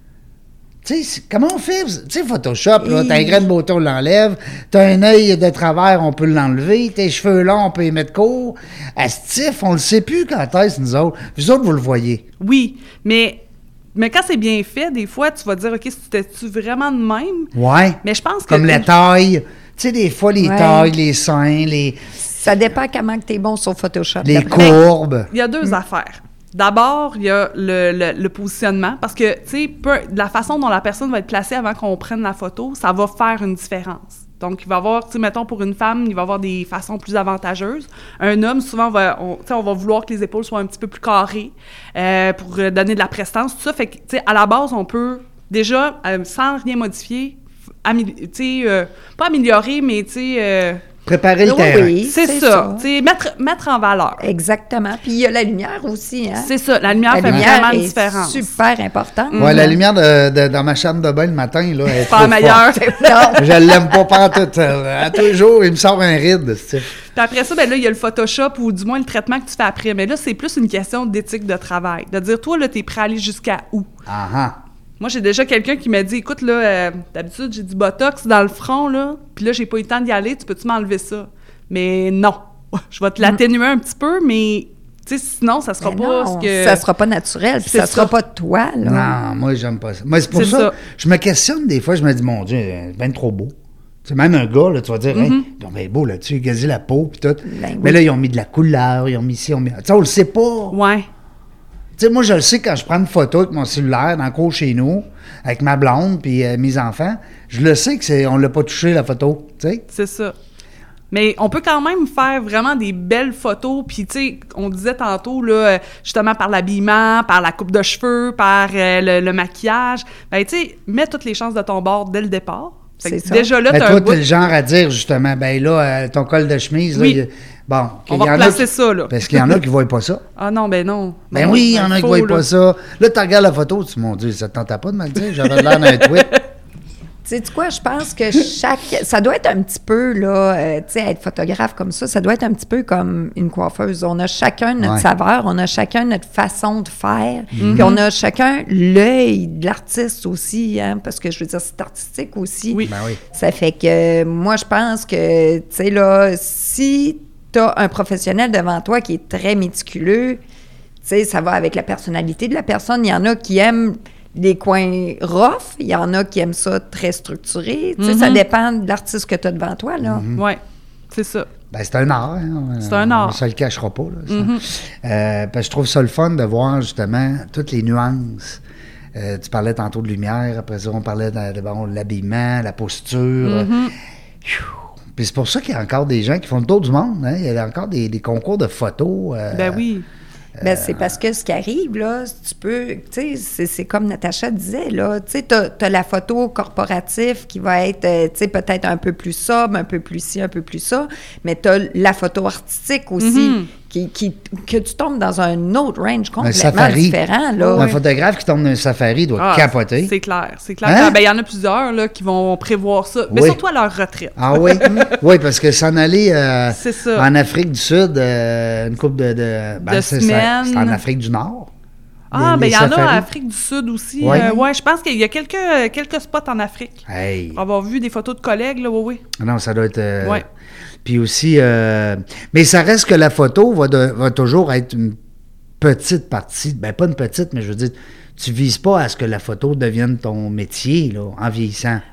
[SPEAKER 2] Tu sais, c'est- comment on fait? Tu sais, Photoshop, là, t'as un grain de beauté, on l'enlève. T'as un œil de travers, on peut l'enlever. Tes cheveux longs, on peut les mettre courts. Astif, on le sait plus quand est-ce, nous autres. Vous autres, vous le voyez.
[SPEAKER 4] Oui, mais, mais quand c'est bien fait, des fois, tu vas dire, OK, c'était-tu vraiment de même?
[SPEAKER 2] Ouais.
[SPEAKER 4] Mais je pense que...
[SPEAKER 2] Comme la taille. Tu sais, des fois, les
[SPEAKER 3] Ouais.
[SPEAKER 2] tailles, les seins, les,
[SPEAKER 3] Ça dépend comment tu es bon sur Photoshop.
[SPEAKER 2] les
[SPEAKER 3] d'après.
[SPEAKER 2] courbes.
[SPEAKER 4] Il y a deux
[SPEAKER 2] Mm.
[SPEAKER 4] affaires. D'abord, il y a le, le- le positionnement, parce que, tu sais, peu- la façon dont la personne va être placée avant qu'on prenne la photo, ça va faire une différence. Donc, il va y avoir, tu sais, mettons, pour une femme, il va y avoir des façons plus avantageuses. Un homme, souvent, on va, on, tu sais, on va vouloir que les épaules soient un petit peu plus carrées euh, pour euh, donner de la prestance, tout ça. Fait que, tu sais, à la base, on peut, déjà, euh, sans rien modifier, amé- tu sais, euh, pas améliorer, mais, tu sais... euh,
[SPEAKER 2] Préparer le
[SPEAKER 3] Oui,
[SPEAKER 2] terrain.
[SPEAKER 3] oui,
[SPEAKER 4] c'est ça, tu sais, mettre, mettre en valeur.
[SPEAKER 3] Exactement. Puis il y a la lumière aussi. Hein?
[SPEAKER 4] C'est ça, la lumière
[SPEAKER 3] La
[SPEAKER 4] fait
[SPEAKER 3] lumière
[SPEAKER 4] vraiment une
[SPEAKER 3] est
[SPEAKER 4] différence.
[SPEAKER 3] super importante.
[SPEAKER 2] Ouais, la lumière de, de- dans ma chambre de bain le matin, là, elle est
[SPEAKER 4] Pas
[SPEAKER 2] trop
[SPEAKER 4] la meilleure.
[SPEAKER 2] forte.
[SPEAKER 3] Non.
[SPEAKER 2] Je l'aime pas pantoute. À tous les jours, il me sort un ride. c'est-
[SPEAKER 4] Puis après ça, ben là, il y a le Photoshop ou du moins le traitement que tu fais après. Mais là, c'est plus une question d'éthique de travail. De dire, toi, là, t'es prêt à aller jusqu'à où?
[SPEAKER 2] Ah ah.
[SPEAKER 4] Moi, j'ai déjà quelqu'un qui m'a dit, écoute, là, euh, d'habitude, j'ai du Botox dans le front, là, puis là, j'ai pas eu le temps d'y aller, tu peux-tu m'enlever ça? Mais non. Je vais te l'atténuer un petit peu, mais, tu sais, sinon, ça sera
[SPEAKER 3] Mais
[SPEAKER 4] pas
[SPEAKER 3] non,
[SPEAKER 4] ce que...
[SPEAKER 3] ça sera pas naturel, puis
[SPEAKER 4] C'est
[SPEAKER 3] ça sera
[SPEAKER 4] ça.
[SPEAKER 3] pas toi, là.
[SPEAKER 2] Non, moi, j'aime pas ça. Moi, c'est pour
[SPEAKER 4] C'est
[SPEAKER 2] ça,
[SPEAKER 4] ça.
[SPEAKER 2] je me questionne des fois, je me dis, mon Dieu, c'est bien trop beau. C'est même un gars, là, tu vas dire, hey, ils ont bien beau là-dessus, gazé la peau, puis tout.
[SPEAKER 3] Ben oui.
[SPEAKER 2] Mais là, ils ont mis de la couleur, ils ont mis ci, ils ont mis. Tu sais, on le sait pas.
[SPEAKER 4] Ouais.
[SPEAKER 2] Tu sais, moi, je le sais quand je prends une photo avec mon cellulaire dans le cours chez nous, avec ma blonde puis euh, mes enfants, je le sais que c'est, on l'a pas touché, la photo, tu sais.
[SPEAKER 4] C'est ça. Mais on peut quand même faire vraiment des belles photos. Puis, tu sais, on disait tantôt, là, justement, par l'habillement, par la coupe de cheveux, par euh, le, le maquillage. Ben, tu sais, mets toutes les chances de ton bord dès le départ. Fait que
[SPEAKER 3] C'est ça.
[SPEAKER 4] déjà là,
[SPEAKER 2] Mais
[SPEAKER 4] t'as
[SPEAKER 2] toi,
[SPEAKER 4] un bout.
[SPEAKER 2] t'es le genre à dire, justement, ben là, euh, ton col de chemise, là,
[SPEAKER 4] Oui.
[SPEAKER 2] il y a- bon,
[SPEAKER 4] On
[SPEAKER 2] il
[SPEAKER 4] va
[SPEAKER 2] y en a
[SPEAKER 4] replacer
[SPEAKER 2] qui-
[SPEAKER 4] ça, là.
[SPEAKER 2] Parce qu'il y en a qui ne voient pas ça.
[SPEAKER 4] Ah non, ben non.
[SPEAKER 2] Ben
[SPEAKER 4] Non,
[SPEAKER 2] oui, il y en a qui
[SPEAKER 4] faut,
[SPEAKER 2] ne voient
[SPEAKER 4] là.
[SPEAKER 2] pas ça. Là, tu regardes la photo, tu dis, mon Dieu, ça te tentait pas de me le dire, j'avais l'air d'un tweet.
[SPEAKER 3] Tu sais quoi, je pense que chaque... Ça doit être un petit peu, là, euh, tu sais, être photographe comme ça, ça doit être un petit peu comme une coiffeuse. On a chacun notre
[SPEAKER 2] Ouais.
[SPEAKER 3] saveur, on a chacun notre façon de faire,
[SPEAKER 4] Mm-hmm.
[SPEAKER 3] puis on a chacun l'œil de l'artiste aussi, hein, parce que je veux dire, c'est artistique aussi.
[SPEAKER 4] Oui.
[SPEAKER 2] Ben oui.
[SPEAKER 3] Ça fait que moi, je pense que, tu sais, là, si tu as un professionnel devant toi qui est très méticuleux, tu sais, ça va avec la personnalité de la personne. Il y en a qui aiment les coins rough, il y en a qui aiment ça très structuré. Tu sais, ça
[SPEAKER 4] Mhm.
[SPEAKER 3] dépend de l'artiste que tu as devant toi, là.
[SPEAKER 4] Ouais, c'est ça.
[SPEAKER 2] Ben, c'est un art. Hein.
[SPEAKER 4] C'est un art.
[SPEAKER 2] On ne se le cachera pas. Là, ça.
[SPEAKER 4] Mhm.
[SPEAKER 2] Euh, parce que je trouve ça le fun de voir justement toutes les nuances. Euh, tu parlais tantôt de lumière, après ça, on parlait de, de, bon, de l'habillement, la posture.
[SPEAKER 4] Mhm.
[SPEAKER 2] Pfiou. Puis c'est pour ça qu'il y a encore des gens qui font le tour du monde. Hein. Il y a encore des, des concours de photos. euh,
[SPEAKER 4] Ben oui.
[SPEAKER 3] Ben, c'est parce que ce qui arrive, là, tu peux, tu sais, c'est, c'est comme Natacha disait, là, tu sais, t'as, t'as la photo corporative qui va être, euh, tu sais, peut-être un peu plus sobre, un peu plus ci, un peu plus ça, mais t'as la photo artistique aussi,
[SPEAKER 4] Mhm.
[SPEAKER 3] qui, qui, que tu tombes dans un autre range
[SPEAKER 2] un
[SPEAKER 3] complètement
[SPEAKER 2] safari.
[SPEAKER 3] différent, là.
[SPEAKER 2] Un photographe qui tombe dans un safari doit
[SPEAKER 4] Ah,
[SPEAKER 2] capoter.
[SPEAKER 4] C'est clair, c'est clair.
[SPEAKER 2] Hein?
[SPEAKER 4] Ben, il y en a plusieurs là, qui vont prévoir ça, mais
[SPEAKER 2] Oui.
[SPEAKER 4] surtout à leur retraite.
[SPEAKER 2] Ah oui? Oui, parce que s'en aller euh,
[SPEAKER 4] C'est ça.
[SPEAKER 2] en Afrique du Sud, euh, une couple de... de, ben,
[SPEAKER 4] De
[SPEAKER 2] c'est,
[SPEAKER 4] semaines.
[SPEAKER 2] ça- c'est en Afrique du Nord.
[SPEAKER 4] Ah,
[SPEAKER 2] les-
[SPEAKER 4] ben
[SPEAKER 2] les
[SPEAKER 4] il y en a en
[SPEAKER 2] safaris.
[SPEAKER 4] Afrique du Sud aussi.
[SPEAKER 2] Ouais.
[SPEAKER 4] Euh, ouais, je pense qu'il y a quelques, quelques spots en Afrique.
[SPEAKER 2] Hey!
[SPEAKER 4] Pour avoir vu des photos de collègues, là, oui, oui.
[SPEAKER 2] Non, ça doit être... euh,
[SPEAKER 4] Ouais.
[SPEAKER 2] Puis aussi... euh, mais ça reste que la photo va, de- va toujours être une petite partie. Ben, pas une petite, mais je veux dire, tu vises pas à ce que la photo devienne ton métier, là, en vieillissant.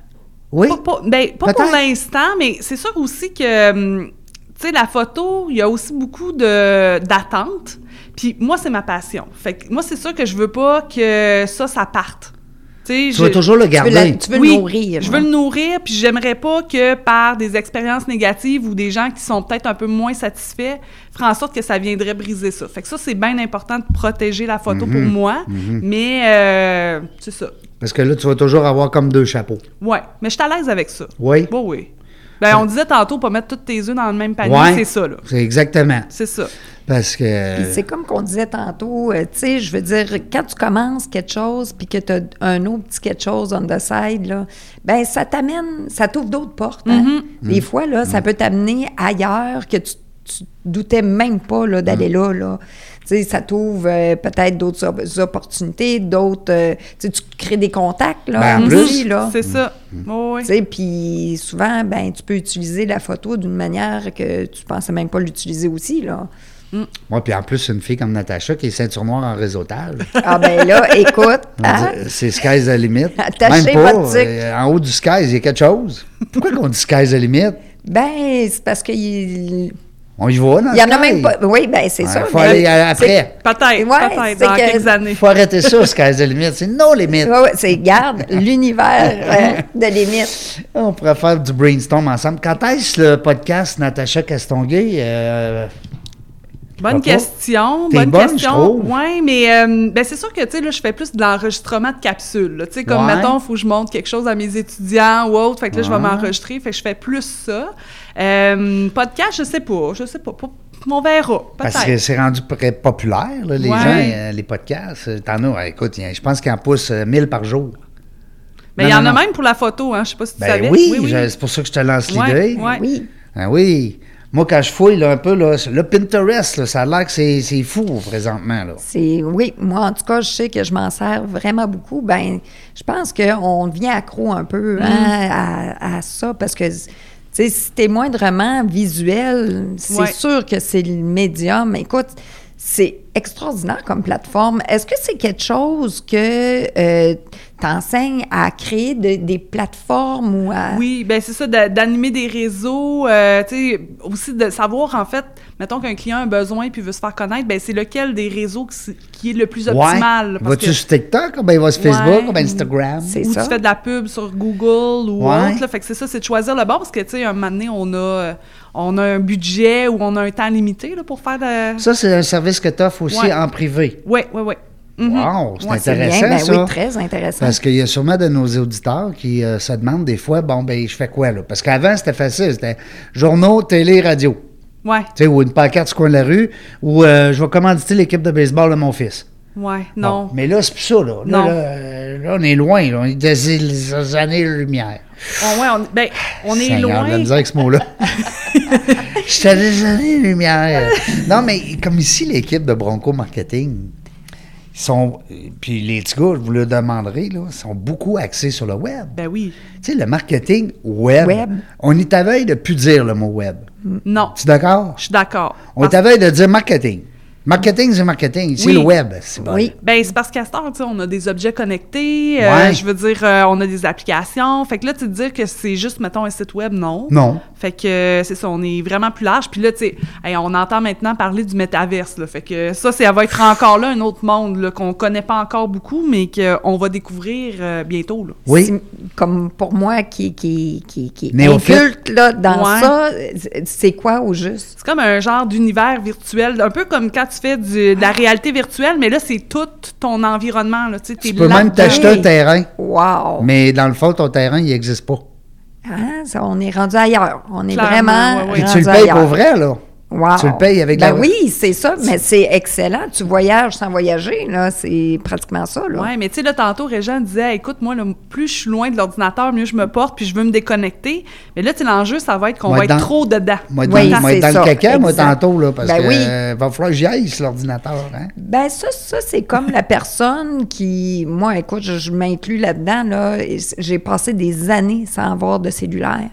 [SPEAKER 2] Oui?
[SPEAKER 4] Pas, pas- ben, pas pour
[SPEAKER 2] Peut-être.
[SPEAKER 4] l'instant, mais c'est sûr aussi que, hum, tu sais, la photo, il y a aussi beaucoup de, d'attentes. Puis moi, c'est ma passion. Fait que moi, c'est sûr que je veux pas que ça, ça parte. Tu sais,
[SPEAKER 2] Tu vas toujours le
[SPEAKER 3] Tu veux,
[SPEAKER 2] garder.
[SPEAKER 3] la- tu veux
[SPEAKER 4] oui,
[SPEAKER 3] le nourrir.
[SPEAKER 4] je veux
[SPEAKER 3] hein?
[SPEAKER 4] le nourrir, puis j'aimerais pas que par des expériences négatives ou des gens qui sont peut-être un peu moins satisfaits, faire en sorte que ça viendrait briser ça. Fait que ça, c'est bien important de protéger la photo
[SPEAKER 2] Mhm.
[SPEAKER 4] pour moi, mais euh, c'est ça.
[SPEAKER 2] Parce que là, tu vas toujours avoir comme deux chapeaux.
[SPEAKER 4] Ouais, mais je suis à l'aise avec ça.
[SPEAKER 2] Oui?
[SPEAKER 4] Oui, oui. Ben, on disait tantôt, pas mettre tous tes œufs dans le même panier,
[SPEAKER 2] Ouais.
[SPEAKER 4] c'est ça, là.
[SPEAKER 2] C'est exactement.
[SPEAKER 4] C'est ça.
[SPEAKER 2] Parce
[SPEAKER 3] Puis
[SPEAKER 2] que...
[SPEAKER 3] c'est comme qu'on disait tantôt, euh, tu sais, je veux dire, quand tu commences quelque chose puis que tu as un autre petit quelque chose on the side, là, ben ça t'amène, ça t'ouvre d'autres portes. Hein? Des fois, là, ça peut t'amener ailleurs que tu, tu doutais même pas là, d'aller là, là. Tu sais, ça t'ouvre euh, peut-être d'autres op- opportunités, d'autres... euh, tu sais, tu crées des contacts, là,
[SPEAKER 2] Ben, en
[SPEAKER 3] aussi,
[SPEAKER 2] plus,
[SPEAKER 3] là.
[SPEAKER 4] C'est ça. Oui, oui.
[SPEAKER 3] Tu sais, puis souvent, ben tu peux utiliser la photo d'une manière que tu pensais même pas l'utiliser aussi, là.
[SPEAKER 2] Moi, puis en plus, une fille comme Natacha qui est ceinture noire en réseautage.
[SPEAKER 3] Ah ben là, écoute,
[SPEAKER 2] On
[SPEAKER 3] hein?
[SPEAKER 2] dit, c'est sky's the limit.
[SPEAKER 3] Attachez
[SPEAKER 2] Même pas.
[SPEAKER 3] votre tic.
[SPEAKER 2] euh, en haut du sky, il y a quelque chose. Pourquoi qu'on dit sky's the limit?
[SPEAKER 3] Ben, c'est parce qu'il
[SPEAKER 2] On y va, dans
[SPEAKER 3] il y en
[SPEAKER 2] le
[SPEAKER 3] a
[SPEAKER 2] sky.
[SPEAKER 3] même pas. Oui, ben c'est
[SPEAKER 2] Ouais,
[SPEAKER 3] ça.
[SPEAKER 2] faut
[SPEAKER 3] mais
[SPEAKER 2] aller à-
[SPEAKER 3] c'est-
[SPEAKER 2] après.
[SPEAKER 4] Peut-être,
[SPEAKER 3] Ouais,
[SPEAKER 4] peut-être,
[SPEAKER 3] c'est
[SPEAKER 4] dans
[SPEAKER 3] que-
[SPEAKER 4] quelques années.
[SPEAKER 2] Il faut arrêter ça, sky's the limit. C'est no limit.
[SPEAKER 3] Ouais, ouais, c'est, garde, l'univers euh, de limite.
[SPEAKER 2] On pourrait faire du brainstorm ensemble. Quand est-ce le podcast Natacha Castonguay? Euh,
[SPEAKER 4] Bonne
[SPEAKER 2] Pourquoi pas?
[SPEAKER 4] question,
[SPEAKER 2] T'es
[SPEAKER 4] bonne
[SPEAKER 2] bonne, je
[SPEAKER 4] question.
[SPEAKER 2] trouve.
[SPEAKER 4] Oui, mais euh, ben c'est sûr que tu sais là, je fais plus de l'enregistrement de capsules. là. Tu sais, comme
[SPEAKER 2] Ouais.
[SPEAKER 4] mettons, il faut que je montre quelque chose à mes étudiants ou autre. Fait que là, je vais
[SPEAKER 2] Ouais.
[SPEAKER 4] m'enregistrer. Fait que je fais plus ça. Euh, podcast, je sais pas, je sais pas. pas- On verra,
[SPEAKER 2] Parce
[SPEAKER 4] peut-être.
[SPEAKER 2] que c'est rendu très populaire, là, les
[SPEAKER 4] Ouais.
[SPEAKER 2] gens, euh, les podcasts. T'en as, écoute, il y a- je pense qu'ils en poussent euh, mille par jour.
[SPEAKER 4] Mais
[SPEAKER 2] Non,
[SPEAKER 4] il y en
[SPEAKER 2] non,
[SPEAKER 4] a
[SPEAKER 2] non.
[SPEAKER 4] même pour la photo, hein. Je sais pas si tu
[SPEAKER 2] Ben
[SPEAKER 4] savais.
[SPEAKER 2] oui, je- c'est pour ça que je te lance
[SPEAKER 4] Ouais,
[SPEAKER 2] l'idée.
[SPEAKER 4] ouais.
[SPEAKER 3] Oui.
[SPEAKER 2] Ah oui. Moi, quand je fouille là, un peu, là, le Pinterest, là, ça a l'air que c'est, c'est fou présentement. Là.
[SPEAKER 3] C'est, oui, moi, en tout cas, je sais que je m'en sers vraiment beaucoup. Ben, je pense qu'on devient accro un peu hein, à, à ça parce que, tu sais, si t'es moindrement visuel, c'est
[SPEAKER 4] Ouais.
[SPEAKER 3] sûr que c'est le médium. Écoute, c'est extraordinaire comme plateforme. Est-ce que c'est quelque chose que euh, t'enseignes à créer de- des plateformes ou à...
[SPEAKER 4] Oui, ben c'est ça, d'a- d'animer des réseaux, euh, tu sais, aussi de savoir, en fait, mettons qu'un client a un besoin puis veut se faire connaître, ben c'est lequel des réseaux qui, s- qui est le plus optimal. parce
[SPEAKER 2] Vas-tu
[SPEAKER 4] que-
[SPEAKER 2] sur TikTok? Ou bien il va sur Facebook?
[SPEAKER 4] Ouais.
[SPEAKER 2] Ou bien Instagram?
[SPEAKER 3] C'est
[SPEAKER 4] ou
[SPEAKER 3] ça.
[SPEAKER 4] tu fais de la pub sur Google ou
[SPEAKER 2] Ouais.
[SPEAKER 4] autre. Là, fait que c'est ça, c'est de choisir le bon parce que, tu sais, un moment donné, on a, euh, on a un budget ou on a un temps limité là, pour faire de...
[SPEAKER 2] Ça, c'est un service que tu offres aussi
[SPEAKER 4] Ouais.
[SPEAKER 2] en privé.
[SPEAKER 4] Oui, oui, oui.
[SPEAKER 2] Wow, c'est
[SPEAKER 3] Ouais, c'est bien.
[SPEAKER 2] intéressant,
[SPEAKER 3] Ben
[SPEAKER 2] ça.
[SPEAKER 3] oui, très intéressant.
[SPEAKER 2] Parce qu'il y a sûrement de nos auditeurs qui euh, se demandent des fois, bon, ben, je fais quoi, là? Parce qu'avant, c'était facile. C'était journaux, télé, radio.
[SPEAKER 4] Ouais,
[SPEAKER 2] Tu sais, ou une pancarte sur le coin de la rue, ou euh, je vais commanditer l'équipe de baseball de mon fils.
[SPEAKER 4] ouais, non.
[SPEAKER 2] Bon, mais là, c'est plus ça, là. Là,
[SPEAKER 4] Non.
[SPEAKER 2] là, euh, là, on est loin, là. On est des des années-lumière.
[SPEAKER 4] Oh, ouais, on, ben, on est
[SPEAKER 2] Seigneur,
[SPEAKER 4] loin.
[SPEAKER 2] de la misère avec ce mot-là. J'étais des années-lumière. Non, mais comme ici, l'équipe de Bronco Marketing, ils sont. Puis les petits gars, je vous le demanderai, là, ils sont beaucoup axés sur le web.
[SPEAKER 4] Ben oui.
[SPEAKER 2] Tu sais, le marketing web,
[SPEAKER 3] Web.
[SPEAKER 2] on est à veille de plus dire le mot web.
[SPEAKER 4] Non,
[SPEAKER 2] Tu es d'accord?
[SPEAKER 4] je suis d'accord.
[SPEAKER 2] On est à veille de dire marketing. Marketing, c'est marketing. C'est
[SPEAKER 4] Oui.
[SPEAKER 2] le web. C'est bon.
[SPEAKER 3] Oui.
[SPEAKER 4] Ben, c'est parce qu'à cette heure, tu sais, on a des objets connectés, euh,
[SPEAKER 2] Ouais.
[SPEAKER 4] je veux dire, euh, on a des applications. Fait que là, tu te dire que c'est juste, mettons, un site web, non.
[SPEAKER 2] Non.
[SPEAKER 4] Fait que euh, c'est ça, on est vraiment plus large. Puis là, tu sais, hey, on entend maintenant parler du métaverse, là. Fait que ça, ça va être encore là un autre monde, là, qu'on connaît pas encore beaucoup, mais qu'on va découvrir euh, bientôt, là.
[SPEAKER 2] Oui.
[SPEAKER 3] C'est- comme pour moi qui, qui, qui, qui est
[SPEAKER 2] Néophyte.
[SPEAKER 3] inculte là, dans
[SPEAKER 4] Ouais.
[SPEAKER 3] ça, c'est quoi au juste?
[SPEAKER 4] C'est comme un genre d'univers virtuel, un peu comme quand tu fais du- de la réalité virtuelle, mais là, c'est tout ton environnement, là. Tu sais, t'es
[SPEAKER 2] Tu peux même
[SPEAKER 4] là-dedans.
[SPEAKER 2] t'acheter un terrain,
[SPEAKER 3] Wow!
[SPEAKER 2] mais dans le fond, ton terrain, il n'existe pas.
[SPEAKER 3] Hein, ça, on est rendu ailleurs. On est
[SPEAKER 4] Clairement,
[SPEAKER 3] vraiment
[SPEAKER 4] ouais, ouais.
[SPEAKER 2] Puis
[SPEAKER 3] rendu
[SPEAKER 2] tu le payes
[SPEAKER 3] ailleurs.
[SPEAKER 2] pour vrai, là.
[SPEAKER 3] Wow.
[SPEAKER 2] Tu le payes avec
[SPEAKER 3] ben
[SPEAKER 2] la-
[SPEAKER 3] oui, c'est ça, mais c'est excellent. Tu voyages sans voyager, là, c'est pratiquement ça, là.
[SPEAKER 4] Oui, mais tu sais, là, tantôt, Régent disait, écoute, moi, là, plus je suis loin de l'ordinateur, mieux je me porte, puis je veux me déconnecter. Mais là, tu sais, l'enjeu, ça va être qu'on
[SPEAKER 2] Moi,
[SPEAKER 4] va être
[SPEAKER 2] dans-
[SPEAKER 4] trop dedans.
[SPEAKER 2] Moi, être
[SPEAKER 3] Oui,
[SPEAKER 2] dans, moi, être
[SPEAKER 3] c'est
[SPEAKER 2] dans le
[SPEAKER 3] ça,
[SPEAKER 2] caca, moi,
[SPEAKER 3] exact.
[SPEAKER 2] tantôt, là, parce
[SPEAKER 3] Ben
[SPEAKER 2] que
[SPEAKER 3] oui.
[SPEAKER 2] euh, va falloir que j'y aille sur l'ordinateur, hein?
[SPEAKER 3] Ben ça, ça c'est comme la personne qui... Moi, écoute, je, je m'inclus là-dedans, là. et c- J'ai passé des années sans avoir de cellulaire.